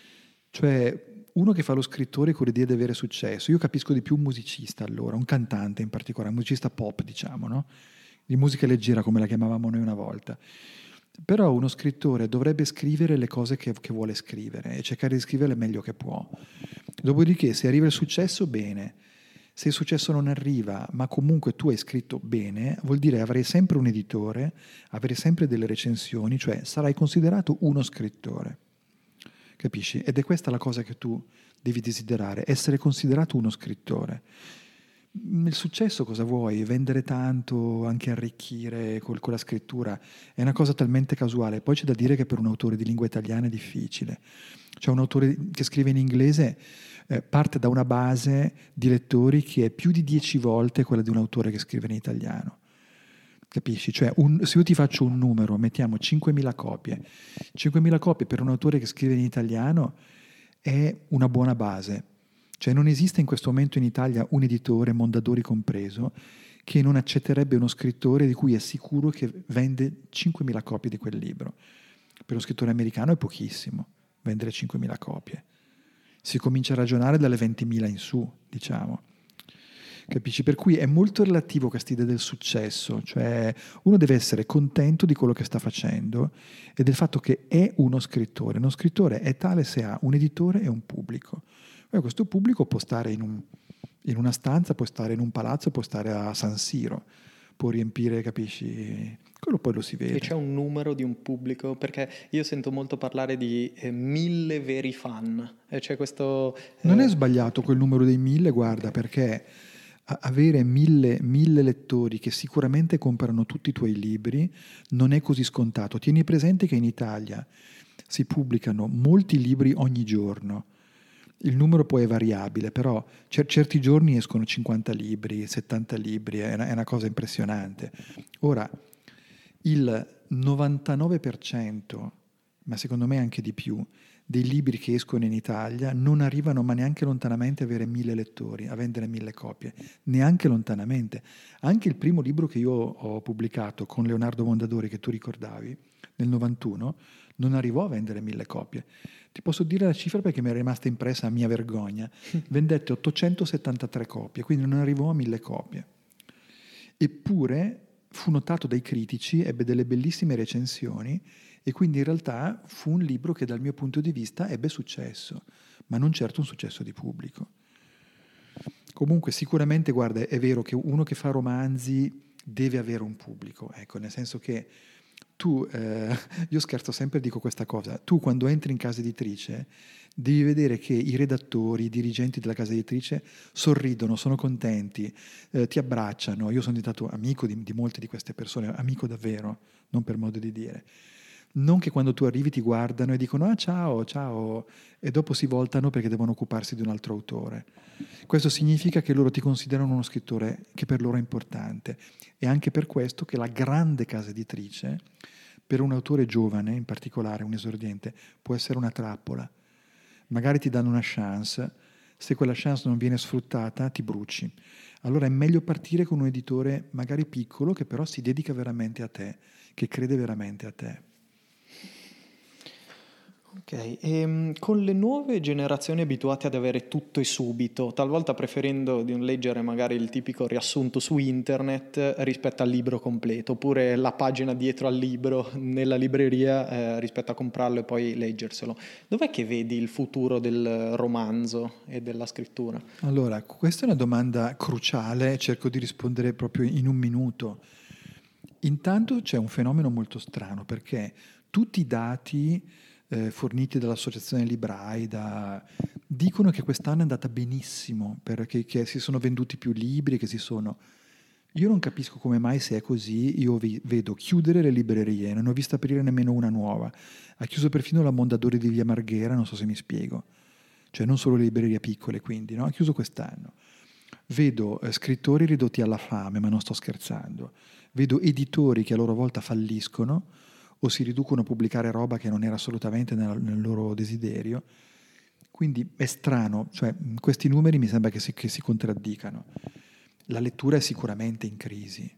Cioè, uno che fa lo scrittore con l'idea di avere successo, io capisco di più un musicista allora, un cantante in particolare, un musicista pop, diciamo, no? Di musica leggera come la chiamavamo noi una volta. Però uno scrittore dovrebbe scrivere le cose che, che vuole scrivere e cercare di scriverle meglio che può. Dopodiché, se arriva il successo, bene. Se il successo non arriva, ma comunque tu hai scritto bene, vuol dire avere sempre un editore, avere sempre delle recensioni, cioè sarai considerato uno scrittore. Capisci? Ed è questa la cosa che tu devi desiderare, essere considerato uno scrittore. Il successo cosa vuoi? Vendere tanto, anche arricchire col, con la scrittura, è una cosa talmente casuale. Poi c'è da dire che per un autore di lingua italiana è difficile. Cioè un autore che scrive in inglese eh, parte da una base di lettori che è più di dieci volte quella di un autore che scrive in italiano. Capisci? Cioè un, se io ti faccio un numero, mettiamo cinquemila copie, cinquemila copie per un autore che scrive in italiano è una buona base. Cioè non esiste in questo momento in Italia un editore, Mondadori compreso, che non accetterebbe uno scrittore di cui è sicuro che vende cinquemila copie di quel libro. Per uno scrittore americano è pochissimo vendere cinquemila copie. Si comincia a ragionare dalle ventimila in su, diciamo. Capisci? Per cui è molto relativo questa idea del successo, cioè uno deve essere contento di quello che sta facendo e del fatto che è uno scrittore. Uno scrittore è tale se ha un editore e un pubblico. Poi questo pubblico può stare in, un, in una stanza, può stare in un palazzo, può stare a San Siro, può riempire, capisci? Quello poi lo si vede. E c'è un numero di un pubblico, perché io sento molto parlare di eh, mille veri fan. E c'è questo... Eh... Non è sbagliato quel numero dei mille, guarda, perché avere mille, mille lettori che sicuramente comprano tutti i tuoi libri non è così scontato. Tieni presente che in Italia si pubblicano molti libri ogni giorno. Il numero poi è variabile, però cer- certi giorni escono cinquanta libri, settanta libri, è una, è una cosa impressionante. Ora, il novantanove per cento, ma secondo me anche di più, dei libri che escono in Italia non arrivano ma neanche lontanamente a avere mille lettori, a vendere mille copie, neanche lontanamente. Anche il primo libro che io ho pubblicato con Leonardo Mondadori, che tu ricordavi, nel novantuno, non arrivò a vendere mille copie. Ti posso dire la cifra perché mi è rimasta impressa a mia vergogna. Vendette ottocentosettantatré copie, quindi non arrivò a mille copie. Eppure fu notato dai critici, ebbe delle bellissime recensioni e quindi in realtà fu un libro che dal mio punto di vista ebbe successo, ma non certo un successo di pubblico. Comunque sicuramente, guarda, è vero che uno che fa romanzi deve avere un pubblico, ecco, nel senso che tu, eh, io scherzo sempre e dico questa cosa, tu quando entri in casa editrice devi vedere che i redattori, i dirigenti della casa editrice sorridono, sono contenti, eh, ti abbracciano. Io sono diventato amico di, di molte di queste persone, amico davvero, non per modo di dire. Non che quando tu arrivi ti guardano e dicono ah ciao, ciao, e dopo si voltano perché devono occuparsi di un altro autore. Questo significa che loro ti considerano uno scrittore che per loro è importante. E anche per questo che la grande casa editrice, per un autore giovane, in particolare un esordiente, può essere una trappola. Magari ti danno una chance, se quella chance non viene sfruttata ti bruci. Allora è meglio partire con un editore magari piccolo che però si dedica veramente a te, che crede veramente a te. Ok, e con le nuove generazioni abituate ad avere tutto e subito, talvolta preferendo di leggere magari il tipico riassunto su internet rispetto al libro completo, oppure la pagina dietro al libro nella libreria eh, rispetto a comprarlo e poi leggerselo, dov'è che vedi il futuro del romanzo e della scrittura? Allora, questa è una domanda cruciale, cerco di rispondere proprio in un minuto. Intanto c'è un fenomeno molto strano, perché tutti i dati Eh, forniti dall'associazione Librai da, dicono che quest'anno è andata benissimo, perché che si sono venduti più libri, che si sono... Io non capisco come mai, se è così. Io vi, vedo chiudere le librerie, non ho visto aprire nemmeno una nuova. Ha chiuso perfino la Mondadori di Via Marghera, non so se mi spiego. Cioè non solo le librerie piccole, quindi, no? Ha chiuso quest'anno. Vedo eh, scrittori ridotti alla fame, ma non sto scherzando. Vedo editori che a loro volta falliscono, o si riducono a pubblicare roba che non era assolutamente nel, nel loro desiderio. Quindi è strano, cioè questi numeri mi sembra che si, che si contraddicano. La lettura è sicuramente in crisi.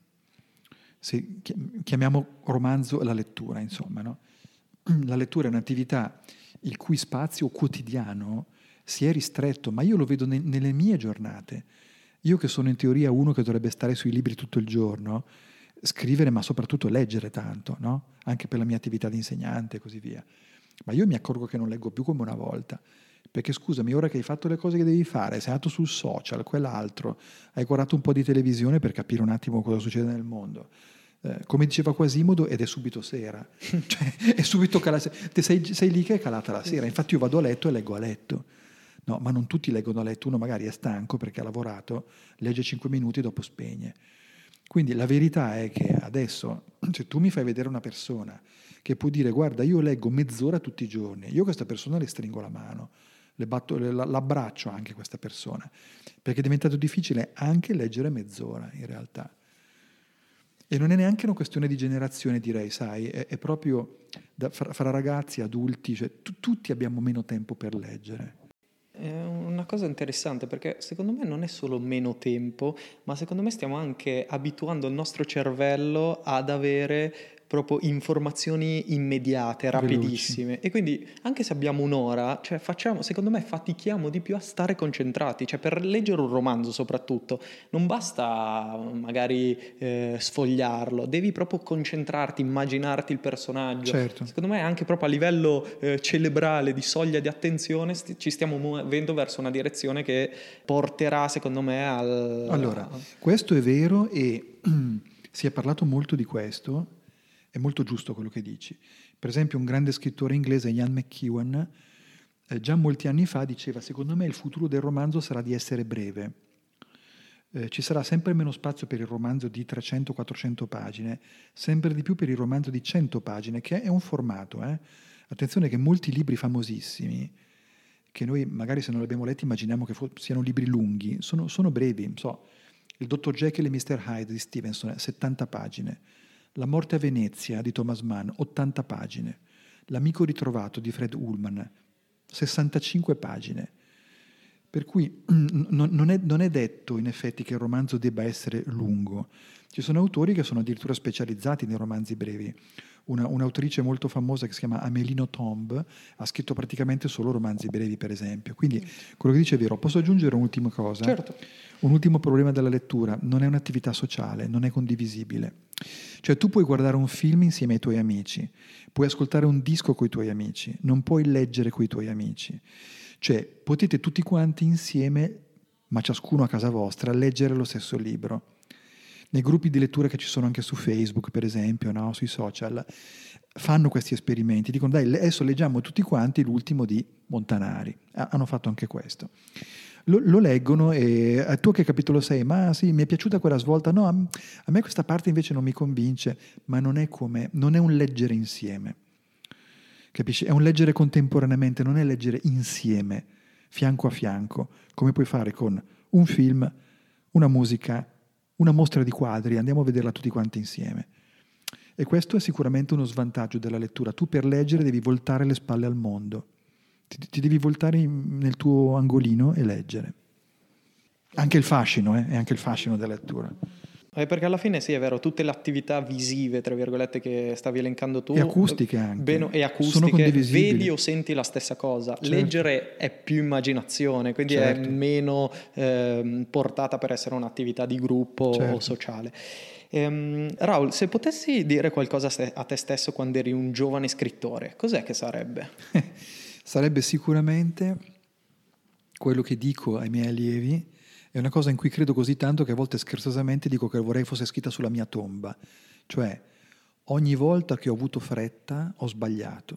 Se chiamiamo romanzo la lettura, insomma, no? La lettura è un'attività il cui spazio quotidiano si è ristretto, ma io lo vedo ne, nelle mie giornate. Io che sono in teoria uno che dovrebbe stare sui libri tutto il giorno, scrivere ma soprattutto leggere tanto, no? Anche per la mia attività di insegnante e così via. Ma io mi accorgo che non leggo più come una volta, perché scusami, ora che hai fatto le cose che devi fare, sei andato sul social, quell'altro, hai guardato un po' di televisione per capire un attimo cosa succede nel mondo. Eh, come diceva Quasimodo, ed è subito sera. Cioè, è subito calata, te sei, sei lì che è calata la sera. Infatti io vado a letto e leggo a letto. No, ma non tutti leggono a letto, uno magari è stanco perché ha lavorato, legge cinque minuti e dopo spegne. Quindi la verità è che adesso, se tu mi fai vedere una persona che può dire guarda io leggo mezz'ora tutti i giorni, io a questa persona le stringo la mano, le batto, le, l'abbraccio anche questa persona, perché è diventato difficile anche leggere mezz'ora in realtà. E non è neanche una questione di generazione, direi, sai, è, è proprio da, fra, fra ragazzi, adulti, cioè tu, tutti abbiamo meno tempo per leggere. È una cosa interessante perché secondo me non è solo meno tempo, ma secondo me stiamo anche abituando il nostro cervello ad avere proprio informazioni immediate, rapidissime. Veloci. E quindi anche se abbiamo un'ora, cioè facciamo, secondo me fatichiamo di più a stare concentrati, cioè per leggere un romanzo soprattutto, non basta magari eh, sfogliarlo, devi proprio concentrarti, immaginarti il personaggio. Certo. Secondo me anche proprio a livello eh, cerebrale, di soglia di attenzione, st- ci stiamo muovendo verso una direzione che porterà secondo me al... Allora, questo è vero e si è parlato molto di questo. È molto giusto quello che dici. Per esempio un grande scrittore inglese, Ian McEwan, eh, già molti anni fa diceva secondo me il futuro del romanzo sarà di essere breve. Eh, ci sarà sempre meno spazio per il romanzo di trecento quattrocento pagine, sempre di più per il romanzo di cento pagine, che è un formato. Eh. Attenzione che molti libri famosissimi, che noi magari se non li abbiamo letti immaginiamo che fo- siano libri lunghi, sono, sono brevi. So, il dottor Jekyll e mister Hyde di Stevenson, settanta pagine. La morte a Venezia di Thomas Mann, ottanta pagine. L'amico ritrovato di Fred Ullman, sessantacinque pagine. Per cui non, non, è, non è detto in effetti che il romanzo debba essere lungo. Ci sono autori che sono addirittura specializzati nei romanzi brevi. una, un'autrice molto famosa che si chiama Amélie Nothomb, ha scritto praticamente solo romanzi brevi, per esempio. Quindi quello che dice è vero. Posso aggiungere un'ultima cosa? Certo. Un ultimo problema della lettura: non è un'attività sociale, non è condivisibile. Cioè tu puoi guardare un film insieme ai tuoi amici, puoi ascoltare un disco con i tuoi amici, non puoi leggere con i tuoi amici. Cioè potete tutti quanti insieme, ma ciascuno a casa vostra, leggere lo stesso libro. Nei gruppi di lettura che ci sono anche su Facebook, per esempio, no? Sui social, fanno questi esperimenti, dicono dai, adesso leggiamo tutti quanti l'ultimo di Montanari. Ah, hanno fatto anche questo. Lo, lo leggono e tu che capitolo sei? Ma sì, mi è piaciuta quella svolta. No, a, a me questa parte invece non mi convince, ma non è come, non è un leggere insieme. Capisci? È un leggere contemporaneamente, non è leggere insieme, fianco a fianco, come puoi fare con un film, una musica, una mostra di quadri, andiamo a vederla tutti quanti insieme. E questo è sicuramente uno svantaggio della lettura. Tu per leggere devi voltare le spalle al mondo, ti, ti devi voltare in, nel tuo angolino e leggere. Anche il fascino, eh? È anche il fascino della lettura. Eh, perché alla fine sì, è vero, tutte le attività visive, tra virgolette, che stavi elencando tu, e acustiche anche, bene, e acustiche, sono condivisibili. Vedi o senti la stessa cosa. Certo. Leggere è più immaginazione, quindi certo. è meno eh, portata per essere un'attività di gruppo certo. o sociale. Ehm, Raul, se potessi dire qualcosa a te stesso quando eri un giovane scrittore, cos'è che sarebbe? Sarebbe sicuramente quello che dico ai miei allievi. È una cosa in cui credo così tanto che a volte scherzosamente dico che vorrei fosse scritta sulla mia tomba. Cioè, ogni volta che ho avuto fretta ho sbagliato.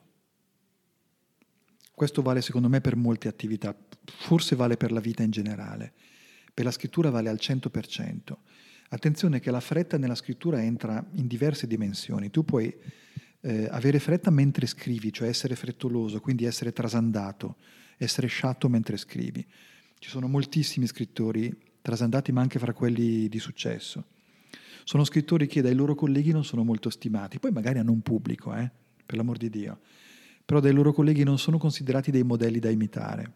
Questo vale secondo me per molte attività, forse vale per la vita in generale. Per la scrittura vale al cento per cento. Attenzione che la fretta nella scrittura entra in diverse dimensioni. Tu puoi eh, avere fretta mentre scrivi, cioè essere frettoloso, quindi essere trasandato, essere sciatto mentre scrivi. Ci sono moltissimi scrittori trasandati, ma anche fra quelli di successo. Sono scrittori che dai loro colleghi non sono molto stimati, poi magari hanno un pubblico, eh, per l'amor di Dio, però dai loro colleghi non sono considerati dei modelli da imitare.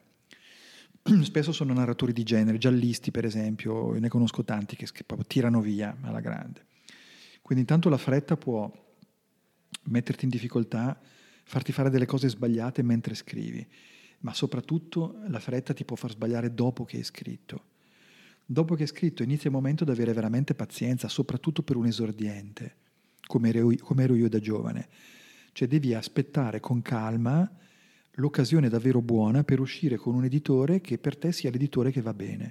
Spesso sono narratori di genere, giallisti per esempio, io ne conosco tanti che proprio tirano via alla grande. Quindi intanto la fretta può metterti in difficoltà, farti fare delle cose sbagliate mentre scrivi. Ma soprattutto la fretta ti può far sbagliare dopo che hai scritto. Dopo che hai scritto inizia il momento di avere veramente pazienza, soprattutto per un esordiente, come ero, come ero io da giovane. Cioè devi aspettare con calma l'occasione davvero buona per uscire con un editore che per te sia l'editore che va bene.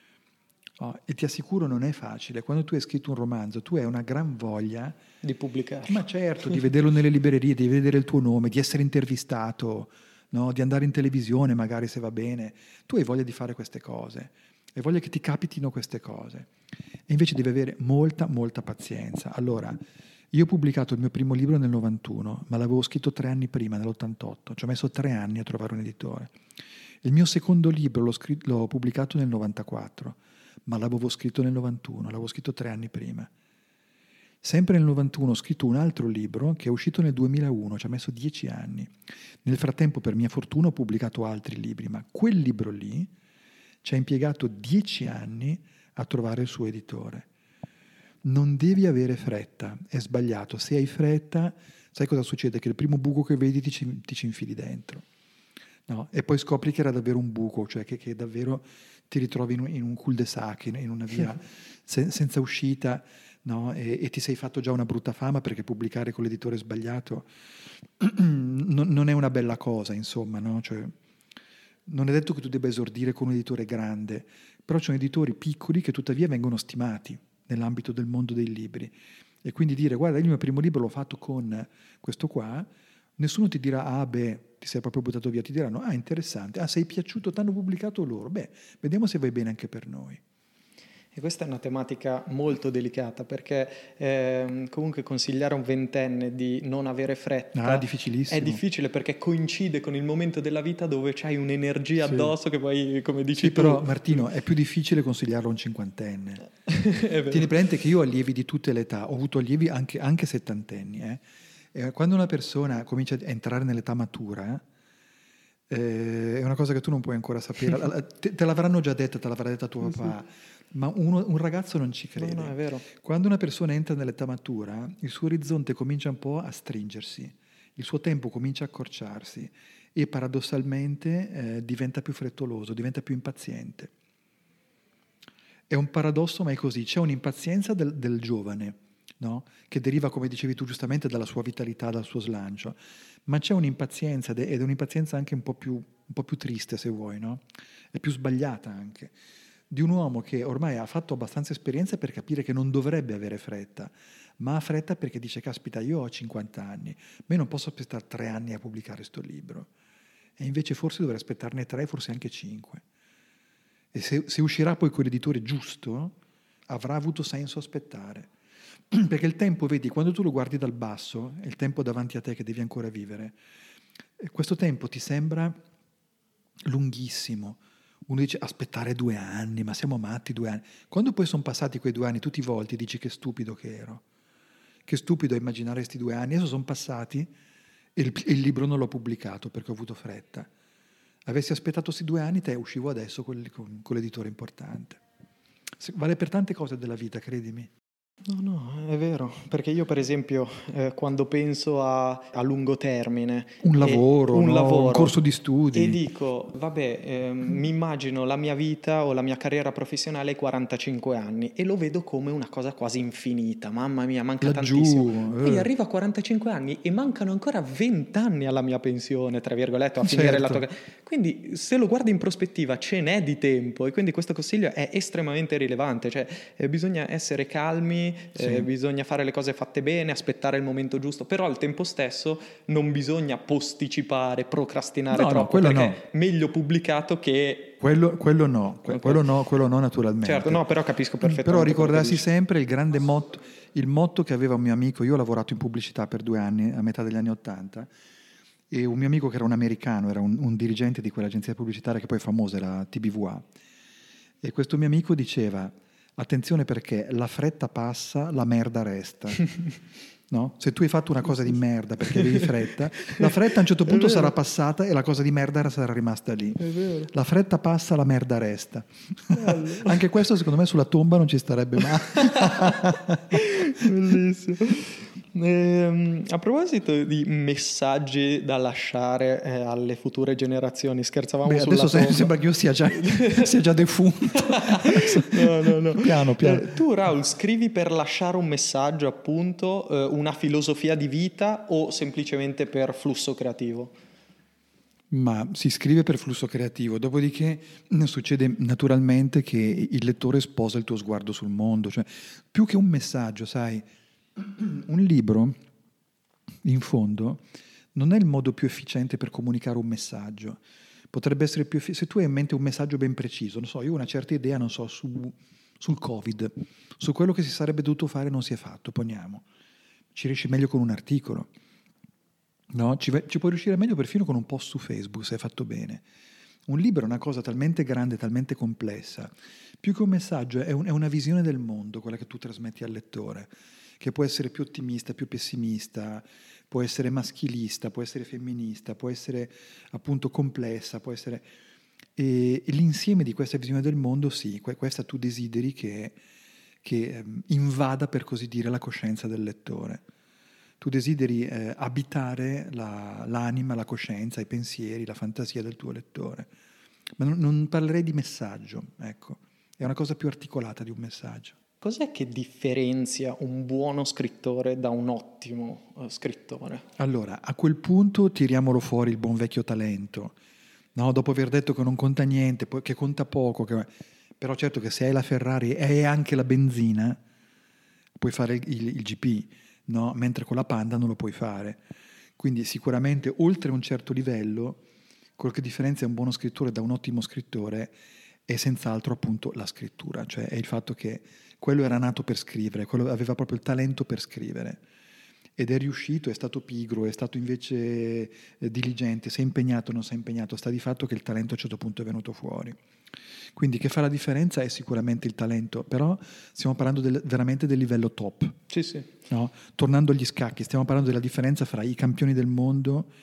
Oh, e ti assicuro non è facile. Quando tu hai scritto un romanzo, tu hai una gran voglia di pubblicare. Ma certo, di vederlo nelle librerie, di vedere il tuo nome, di essere intervistato, no? Di andare in televisione magari se va bene. Tu hai voglia di fare queste cose, hai voglia che ti capitino queste cose e invece devi avere molta molta pazienza. Allora, io ho pubblicato il mio primo libro nel novantuno, ma l'avevo scritto tre anni prima, nell'ottantotto, ci ho messo tre anni a trovare un editore. Il mio secondo libro l'ho, scritto, l'ho pubblicato nel novantaquattro, ma l'avevo scritto nel novantuno, l'avevo scritto tre anni prima. Sempre nel novantuno ho scritto un altro libro che è uscito nel duemilauno, ci ha messo dieci anni. Nel frattempo, per mia fortuna, ho pubblicato altri libri, ma quel libro lì ci ha impiegato dieci anni a trovare il suo editore. Non devi avere fretta, è sbagliato. Se hai fretta, sai cosa succede? Che il primo buco che vedi ti ci, ti ci infili dentro. No? E poi scopri che era davvero un buco, cioè che, che davvero ti ritrovi in un, in un cul-de-sac, in, in una via sen, senza uscita. No? E, e ti sei fatto già una brutta fama perché pubblicare con l'editore sbagliato non, non è una bella cosa, insomma, no? Cioè, non è detto che tu debba esordire con un editore grande, però ci sono editori piccoli che tuttavia vengono stimati nell'ambito del mondo dei libri e quindi dire guarda il mio primo libro l'ho fatto con questo qua, nessuno ti dirà ah beh ti sei proprio buttato via, ti diranno ah interessante, ah sei piaciuto, t'hanno pubblicato loro, beh vediamo se vai bene anche per noi. E questa è una tematica molto delicata perché eh, comunque consigliare a un ventenne di non avere fretta ah, difficilissimo. È difficile perché coincide con il momento della vita dove c'hai un'energia sì. addosso che poi, come dici sì, tu... però Martino è più difficile consigliarlo a un cinquantenne. Tieni presente che io ho allievi di tutte le età, ho avuto allievi anche, anche settantenni. Eh. E quando una persona comincia a entrare nell'età matura, Eh, è una cosa che tu non puoi ancora sapere. te, te l'avranno già detta, te l'avrà detta tuo papà, sì. Ma uno, un ragazzo non ci crede. No, no, è vero. Quando una persona entra nell'età matura, il suo orizzonte comincia un po' a stringersi, il suo tempo comincia a accorciarsi e paradossalmente eh, diventa più frettoloso, diventa più impaziente. È un paradosso, ma è così. C'è un'impazienza del, del giovane, no? Che deriva, come dicevi tu giustamente, dalla sua vitalità, dal suo slancio, ma c'è un'impazienza, ed è un'impazienza anche un po' più, un po' più triste, se vuoi, no? È più sbagliata anche, di un uomo che ormai ha fatto abbastanza esperienza per capire che non dovrebbe avere fretta, ma ha fretta perché dice: caspita, io ho cinquanta anni, ma io non posso aspettare tre anni a pubblicare sto libro, e invece forse dovrei aspettarne tre, forse anche cinque. E se, se uscirà poi con l'editore giusto, avrà avuto senso aspettare. Perché il tempo, vedi, quando tu lo guardi dal basso, è il tempo davanti a te che devi ancora vivere, questo tempo ti sembra lunghissimo. Uno dice: aspettare due anni, ma siamo matti, due anni. Quando poi sono passati quei due anni, tu ti volti e dici: che stupido che ero. Che stupido immaginare questi due anni. Adesso sono passati e il, il libro non l'ho pubblicato perché ho avuto fretta. Avessi aspettato questi due anni, te uscivo adesso con, con, con l'editore importante. Vale per tante cose della vita, credimi. No, no, è vero, perché io per esempio eh, quando penso a, a lungo termine, un lavoro, un, no? lavoro, un corso di studi, e dico, vabbè, eh, mi immagino la mia vita o la mia carriera professionale ai quarantacinque anni e lo vedo come una cosa quasi infinita, mamma mia, manca laggiù, tantissimo. Eh. Poi arrivo a quarantacinque anni e mancano ancora venti anni alla mia pensione, tra virgolette, a finire certo. la tua... Quindi se lo guardi in prospettiva ce n'è di tempo, e quindi questo consiglio è estremamente rilevante, cioè eh, bisogna essere calmi. Sì. Eh, bisogna fare le cose fatte bene, aspettare il momento giusto, però al tempo stesso non bisogna posticipare, procrastinare no, troppo, no, quello perché no. è meglio pubblicato che... Quello, quello no, okay. quello no, quello no naturalmente. Certo, no, però capisco perfettamente. Però ricordarsi sempre il grande motto, il motto che aveva un mio amico. Io ho lavorato in pubblicità per due anni, a metà degli anni Ottanta, e un mio amico che era un americano, era un, un dirigente di quell'agenzia pubblicitaria che poi è famosa, era T B V A, e questo mio amico diceva: attenzione, perché la fretta passa, la merda resta. No? Se tu hai fatto una cosa di merda perché avevi fretta, la fretta a un certo punto sarà passata e la cosa di merda sarà rimasta lì. La fretta passa, la merda resta. Anche questo secondo me sulla tomba non ci starebbe mai. Bellissimo. Eh, a proposito di messaggi da lasciare eh, alle future generazioni, scherzavamo Beh, sulla adesso tomba. Sembra che io sia già, sia già defunto. No, no, no. Piano, piano. Eh, tu, Raul, scrivi per lasciare un messaggio, appunto, eh, una filosofia di vita, o semplicemente per flusso creativo? Ma si scrive per flusso creativo, dopodiché succede naturalmente che il lettore sposa il tuo sguardo sul mondo, cioè più che un messaggio, sai, un libro, in fondo, non è il modo più efficiente per comunicare un messaggio. Potrebbe essere più effic- se tu hai in mente un messaggio ben preciso, non so, io ho una certa idea, non so, su, sul Covid, su quello che si sarebbe dovuto fare non si è fatto, poniamo. Ci riesci meglio con un articolo, no? Ci, ci puoi riuscire meglio perfino con un post su Facebook, se è fatto bene. Un libro è una cosa talmente grande, talmente complessa. Più che un messaggio è, un, è una visione del mondo, quella che tu trasmetti al lettore, che può essere più ottimista, più pessimista, può essere maschilista, può essere femminista, può essere appunto complessa, può essere... E, e l'insieme di questa visione del mondo, sì, questa tu desideri che, che um, invada, per così dire, la coscienza del lettore. Tu desideri eh, abitare la, l'anima, la coscienza, i pensieri, la fantasia del tuo lettore. Ma non, non parlerei di messaggio, ecco. È una cosa più articolata di un messaggio. Cos'è che differenzia un buono scrittore da un ottimo uh, scrittore? Allora, a quel punto tiriamolo fuori il buon vecchio talento. No, dopo aver detto che non conta niente, che conta poco, che... però certo che se hai la Ferrari e hai anche la benzina, puoi fare il, il, il G P, no? Mentre con la Panda non lo puoi fare. Quindi sicuramente oltre un certo livello, quello che differenzia un buono scrittore da un ottimo scrittore è senz'altro appunto la scrittura, cioè è il fatto che quello era nato per scrivere, quello aveva proprio il talento per scrivere ed è riuscito, è stato pigro, è stato invece eh, diligente, si è impegnato o non si è impegnato, sta di fatto che il talento a un certo punto è venuto fuori. Quindi che fa la differenza è sicuramente il talento, però stiamo parlando del, veramente del livello top. Sì, sì. No? Tornando agli scacchi, stiamo parlando della differenza fra i campioni del mondo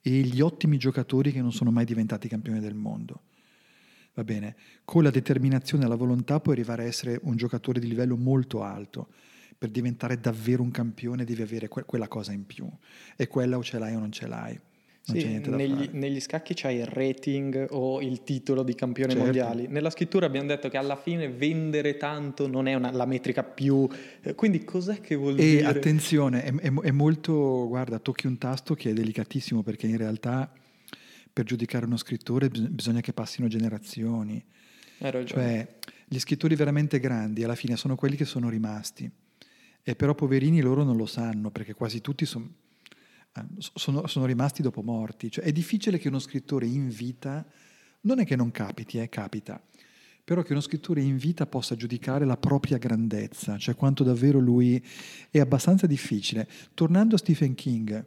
e gli ottimi giocatori che non sono mai diventati campioni del mondo. Va bene, con la determinazione e la volontà puoi arrivare a essere un giocatore di livello molto alto. Per diventare davvero un campione devi avere que- quella cosa in più, e quella o ce l'hai o non ce l'hai. Non sì, c'è niente da negli, fare. negli scacchi c'hai il rating o il titolo di campione Certo. mondiali. Nella scrittura abbiamo detto che alla fine vendere tanto non è una, la metrica più... eh, quindi cos'è che vuol E dire? attenzione, è, è- è molto, guarda, tocchi un tasto che è delicatissimo, perché in realtà per giudicare uno scrittore bis- bisogna che passino generazioni. Hai ragione. Cioè, gli scrittori veramente grandi alla fine sono quelli che sono rimasti, e però poverini loro non lo sanno, perché quasi tutti son- eh, sono, sono rimasti dopo morti. Cioè, è difficile che uno scrittore in vita, non è che non capiti, eh, capita, però che uno scrittore in vita possa giudicare la propria grandezza, cioè quanto davvero lui è abbastanza difficile. Tornando a Stephen King,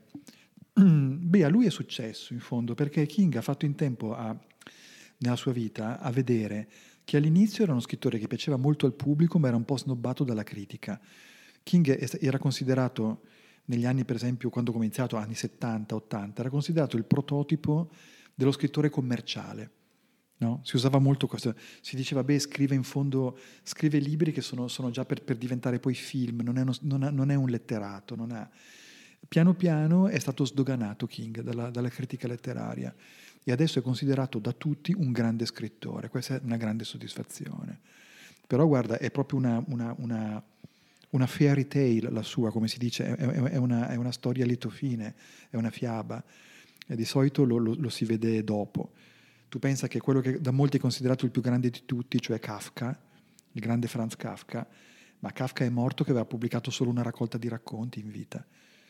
beh, a lui è successo in fondo, perché King ha fatto in tempo a, nella sua vita a vedere che all'inizio era uno scrittore che piaceva molto al pubblico, ma era un po' snobbato dalla critica. King è- era considerato, negli anni per esempio, quando ho cominciato, anni settanta ottanta, era considerato il prototipo dello scrittore commerciale. No? Si usava molto questo, si diceva, beh, scrive in fondo, scrive libri che sono, sono già per, per diventare poi film, non è, uno- non ha- non è un letterato, non ha... Piano piano è stato sdoganato King dalla, dalla critica letteraria, e adesso è considerato da tutti un grande scrittore. Questa è una grande soddisfazione. Però guarda, è proprio una, una, una, una fairy tale la sua, come si dice, è, è- è una, è una storia a lieto fine, è una fiaba, e di solito lo, lo- lo si vede dopo. Tu pensa che quello che da molti è considerato il più grande di tutti, cioè Kafka, il grande Franz Kafka, ma Kafka è morto che aveva pubblicato solo una raccolta di racconti in vita,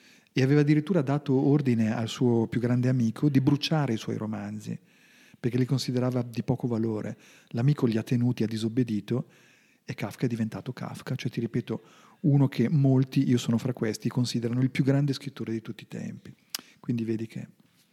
e aveva addirittura dato ordine al suo più grande amico di bruciare i suoi romanzi, perché li considerava di poco valore. L'amico li ha tenuti, ha disobbedito, e Kafka è diventato Kafka. Cioè, ti ripeto, uno che molti, io sono fra questi, considerano il più grande scrittore di tutti i tempi. Quindi vedi che...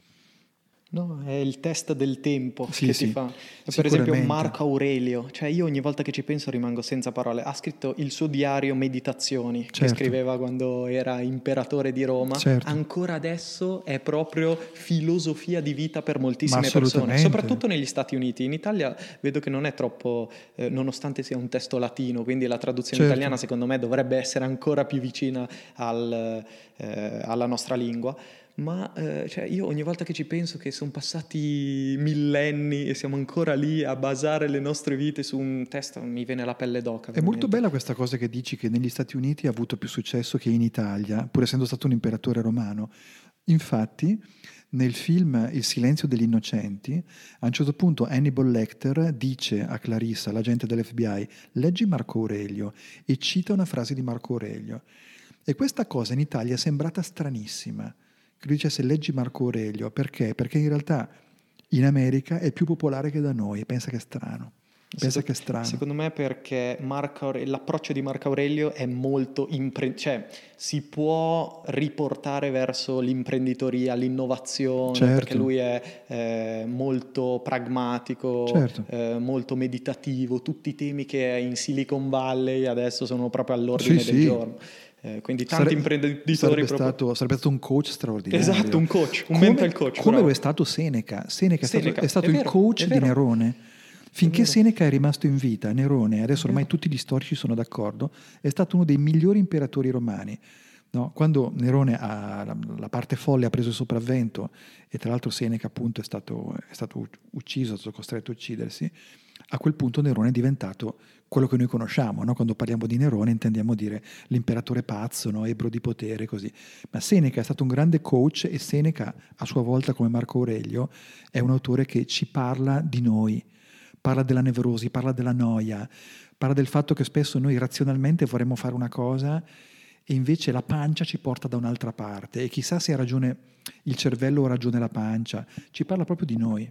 No, è il test del tempo Sì, che sì, ti fa. Per esempio sicuramente. Marco Aurelio, cioè io ogni volta che ci penso rimango senza parole. Ha scritto il suo diario Meditazioni, che Certo. scriveva quando era imperatore di Roma. Certo. Ancora adesso è proprio filosofia di vita per moltissime Ma persone, assolutamente. soprattutto negli Stati Uniti. In Italia vedo che non è troppo, eh, nonostante sia un testo latino, quindi la traduzione Certo. italiana secondo me dovrebbe essere ancora più vicina al, eh, alla nostra lingua. Ma eh, cioè io ogni volta che ci penso che sono passati millenni e siamo ancora lì a basare le nostre vite su un testo, mi viene la pelle d'oca. È molto bella questa cosa che dici, che negli Stati Uniti ha avuto più successo che in Italia, pur essendo stato un imperatore romano. Infatti, nel film Il silenzio degli innocenti, a un certo punto Hannibal Lecter dice a Clarissa, l'agente dell'F B I, leggi Marco Aurelio, e cita una frase di Marco Aurelio. E questa cosa in Italia è sembrata stranissima, che lui dicesse leggi Marco Aurelio. Perché? Perché in realtà in America è più popolare che da noi. Pensa che è strano. Pensa Secondo, che è strano. secondo me perché Marco Aurelio, l'approccio di Marco Aurelio è molto impre- cioè si può riportare verso l'imprenditoria, l'innovazione, Certo. perché lui è eh, molto pragmatico, Certo. eh, molto meditativo. Tutti i temi che in Silicon Valley adesso sono proprio all'ordine Sì, del sì. giorno. Eh, quindi tanti Sare- imprenditori sarebbe, proprio... stato, sarebbe stato un coach straordinario. Esatto, un coach, un come, mental coach, come bravo. lo è stato Seneca. Seneca è Seneca, stato, è stato è il vero, coach è di vero. Nerone. Finché vero. Seneca è rimasto in vita, Nerone, adesso ormai tutti gli storici sono d'accordo, è stato uno dei migliori imperatori romani. No? Quando Nerone, ha, la, la parte folle, ha preso il sopravvento, e tra l'altro Seneca appunto è stato, è stato ucciso, è stato costretto a uccidersi, a quel punto Nerone è diventato quello che noi conosciamo, no? Quando parliamo di Nerone intendiamo dire l'imperatore pazzo, no? Ebbro di potere, così. Ma Seneca è stato un grande coach, e Seneca, a sua volta, come Marco Aurelio, è un autore che ci parla di noi, parla della nevrosi, parla della noia, parla del fatto che spesso noi razionalmente vorremmo fare una cosa e invece la pancia ci porta da un'altra parte, e chissà se ha ragione il cervello o ha ragione la pancia. Ci parla proprio di noi.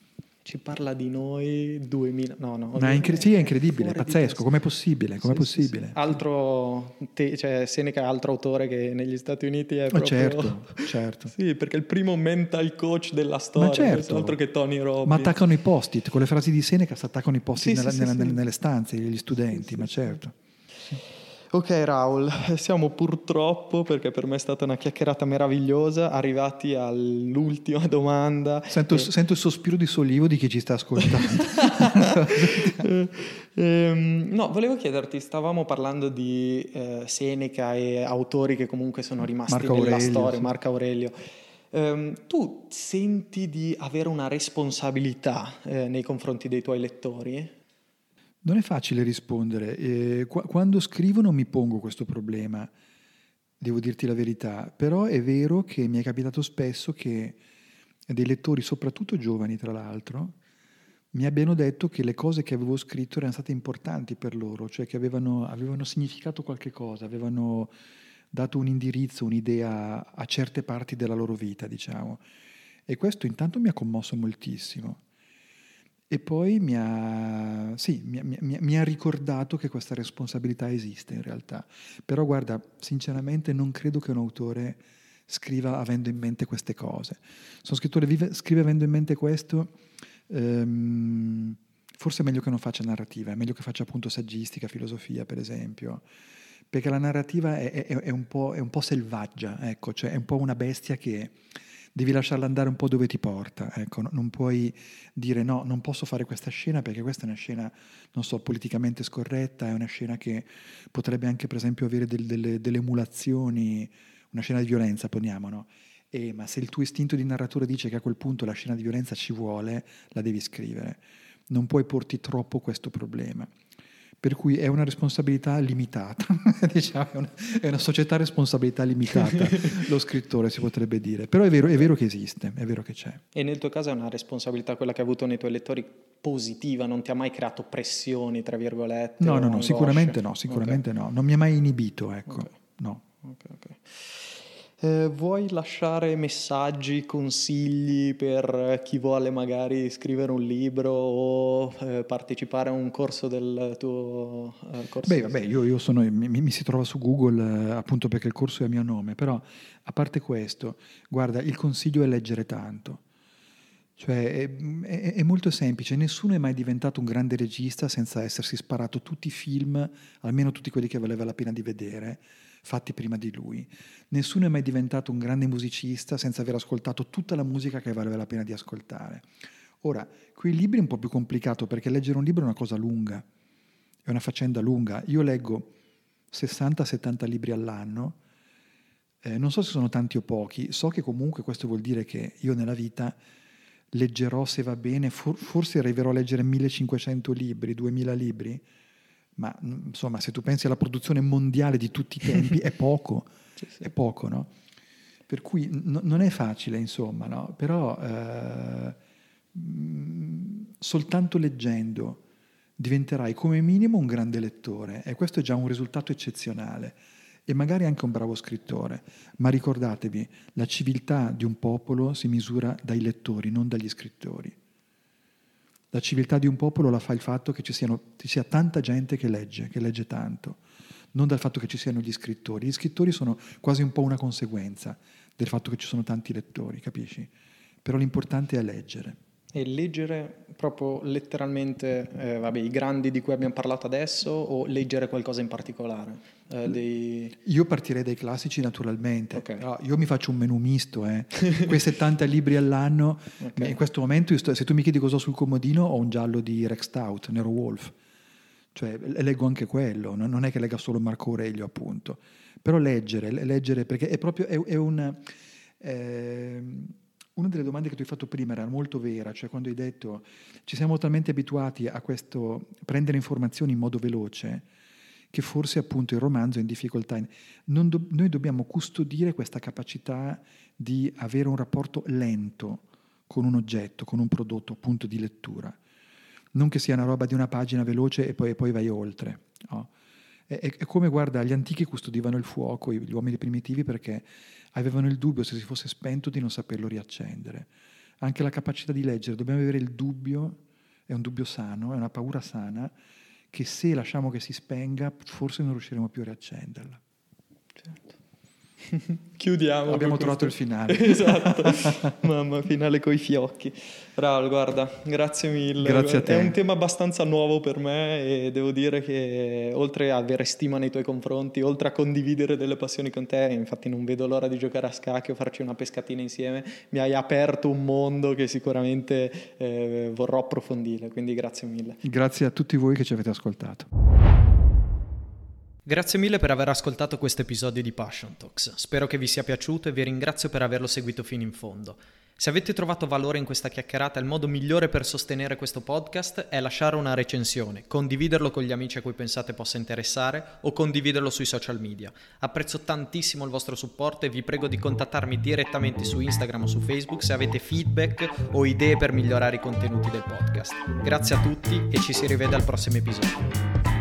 Ci parla di noi duemila... No, no. Ma è, incre- sì, è incredibile, è fuori di pazzesco. testa. Com'è possibile? Com'è Sì, sì, possibile? sì. Altro, te- cioè Seneca è altro autore che negli Stati Uniti è Ma proprio... certo, certo. Sì, perché è il primo mental coach della storia, Ma certo. altro che Tony Robbins. Ma attaccano i post-it, con le frasi di Seneca si attaccano i post-it Sì, nella- sì, nella- sì, sì. nelle stanze, gli studenti, Sì, sì, ma sì. certo. Ok Raul, siamo purtroppo, perché per me è stata una chiacchierata meravigliosa, arrivati all'ultima domanda. Sento, e... sento il sospiro di sollievo di chi ci sta ascoltando. eh, ehm, no, volevo chiederti, stavamo parlando di eh, Seneca e autori che comunque sono rimasti Marco nella Aurelio, storia, sì. Marco Aurelio. Um, tu senti di avere una responsabilità eh, nei confronti dei tuoi lettori? Non è facile rispondere. Eh, qu- quando scrivo non mi pongo questo problema, devo dirti la verità, però è vero che mi è capitato spesso che dei lettori, soprattutto giovani tra l'altro, mi abbiano detto che le cose che avevo scritto erano state importanti per loro, cioè che avevano, avevano significato qualche cosa, avevano dato un indirizzo, un'idea a certe parti della loro vita, diciamo. E questo intanto mi ha commosso moltissimo. E poi mi ha, sì, mi, mi- mi- mi ha ricordato che questa responsabilità esiste in realtà. Però guarda, sinceramente non credo che un autore scriva avendo in mente queste cose. Se un scrittore vive- scrive avendo in mente questo, ehm, forse è meglio che non faccia narrativa, è meglio che faccia appunto saggistica, filosofia per esempio, perché la narrativa è, è- è un po', è un po' selvaggia, ecco, cioè è un po' una bestia che devi lasciarla andare un po' dove ti porta, ecco, no- non puoi dire no, non posso fare questa scena perché questa è una scena, non so, politicamente scorretta, è una scena che potrebbe anche per esempio avere del- delle, delle emulazioni, una scena di violenza, poniamo, no? E, ma se il tuo istinto di narratore dice che a quel punto la scena di violenza ci vuole, la devi scrivere. Non puoi porti troppo questo problema. Per cui è una responsabilità limitata, diciamo, è una, è una società a responsabilità limitata, lo scrittore si potrebbe dire. Però è vero, è vero che esiste, è vero che c'è. E nel tuo caso è una responsabilità quella che hai avuto nei tuoi lettori positiva, non ti ha mai creato pressioni, tra virgolette, No, o no, no, angosce? sicuramente no, sicuramente Ok, no. Non mi ha mai inibito, ecco, ok, no. ok, ok. Eh, vuoi lasciare messaggi, consigli per chi vuole magari scrivere un libro o eh, partecipare a un corso del tuo eh, corso Beh, di... vabbè, io, io sono, mi, mi si trova su Google eh, appunto perché il corso è a mio nome, però a parte questo, guarda, il consiglio è leggere tanto. Cioè, è, è- è molto semplice, nessuno è mai diventato un grande regista senza essersi sparato tutti i film, almeno tutti quelli che valeva la pena di vedere, fatti prima di lui. Nessuno è mai diventato un grande musicista senza aver ascoltato tutta la musica che valeva la pena di ascoltare. Ora, qui i libri è un po' più complicato perché leggere un libro è una cosa lunga, è una faccenda lunga. Io leggo sessanta settanta libri all'anno, eh, non so se sono tanti o pochi, so che comunque questo vuol dire che io nella vita leggerò, se va bene, for- forse arriverò a leggere millecinquecento libri, duemila libri, ma mm, insomma se tu pensi alla produzione mondiale di tutti i tempi è poco, Sì, sì. è poco, no? Per cui n- non è facile, insomma, no? Però eh, mh, soltanto leggendo diventerai come minimo un grande lettore e questo è già un risultato eccezionale e magari anche un bravo scrittore, ma ricordatevi, la civiltà di un popolo si misura dai lettori, non dagli scrittori. La civiltà di un popolo la fa il fatto che ci, siano, ci sia tanta gente che legge, che legge tanto, non dal fatto che ci siano gli scrittori. Gli scrittori sono quasi un po' una conseguenza del fatto che ci sono tanti lettori, capisci? Però l'importante è leggere. E leggere proprio letteralmente, eh, vabbè, i grandi di cui abbiamo parlato adesso o leggere qualcosa in particolare? Eh, dei... Io partirei dai classici naturalmente. Ok. Però io mi faccio un menù misto, eh. Quei settanta libri all'anno. Ok. In questo momento, io sto- se tu mi chiedi cosa ho sul comodino, ho un giallo di Rex Stout, Nero Wolf. Cioè, le- leggo anche quello, no? Non è che legga solo Marco Aurelio, appunto. Però leggere, le- leggere, perché è proprio, è, è un... ehm, una delle domande che tu hai fatto prima era molto vera, cioè quando hai detto ci siamo talmente abituati a questo prendere informazioni in modo veloce che forse appunto il romanzo è in difficoltà. Non do- noi dobbiamo custodire questa capacità di avere un rapporto lento con un oggetto, con un prodotto appunto di lettura. Non che sia una roba di una pagina veloce e poi, e poi vai oltre. No? È, è- è come, guarda, gli antichi custodivano il fuoco, gli uomini primitivi, perché avevano il dubbio, se si fosse spento, di non saperlo riaccendere. Anche la capacità di leggere, dobbiamo avere il dubbio, è un dubbio sano, è una paura sana, che se lasciamo che si spenga, forse non riusciremo più a riaccenderla. Certo. Chiudiamo. Abbiamo trovato il finale. Esatto. Mamma, finale coi fiocchi. Bravo, guarda, grazie mille. Grazie a te. È un tema abbastanza nuovo per me e devo dire che oltre a avere stima nei tuoi confronti, oltre a condividere delle passioni con te, infatti non vedo l'ora di giocare a scacchi o farci una pescatina insieme, mi hai aperto un mondo che sicuramente eh, vorrò approfondire, quindi grazie mille. Grazie a tutti voi che ci avete ascoltato. Grazie mille per aver ascoltato questo episodio di Passion Talks. Spero che vi sia piaciuto e vi ringrazio per averlo seguito fino in fondo. Se avete trovato valore in questa chiacchierata, il modo migliore per sostenere questo podcast è lasciare una recensione, condividerlo con gli amici a cui pensate possa interessare o condividerlo sui social media. Apprezzo tantissimo il vostro supporto e vi prego di contattarmi direttamente su Instagram o su Facebook se avete feedback o idee per migliorare i contenuti del podcast. Grazie a tutti e ci si rivede al prossimo episodio.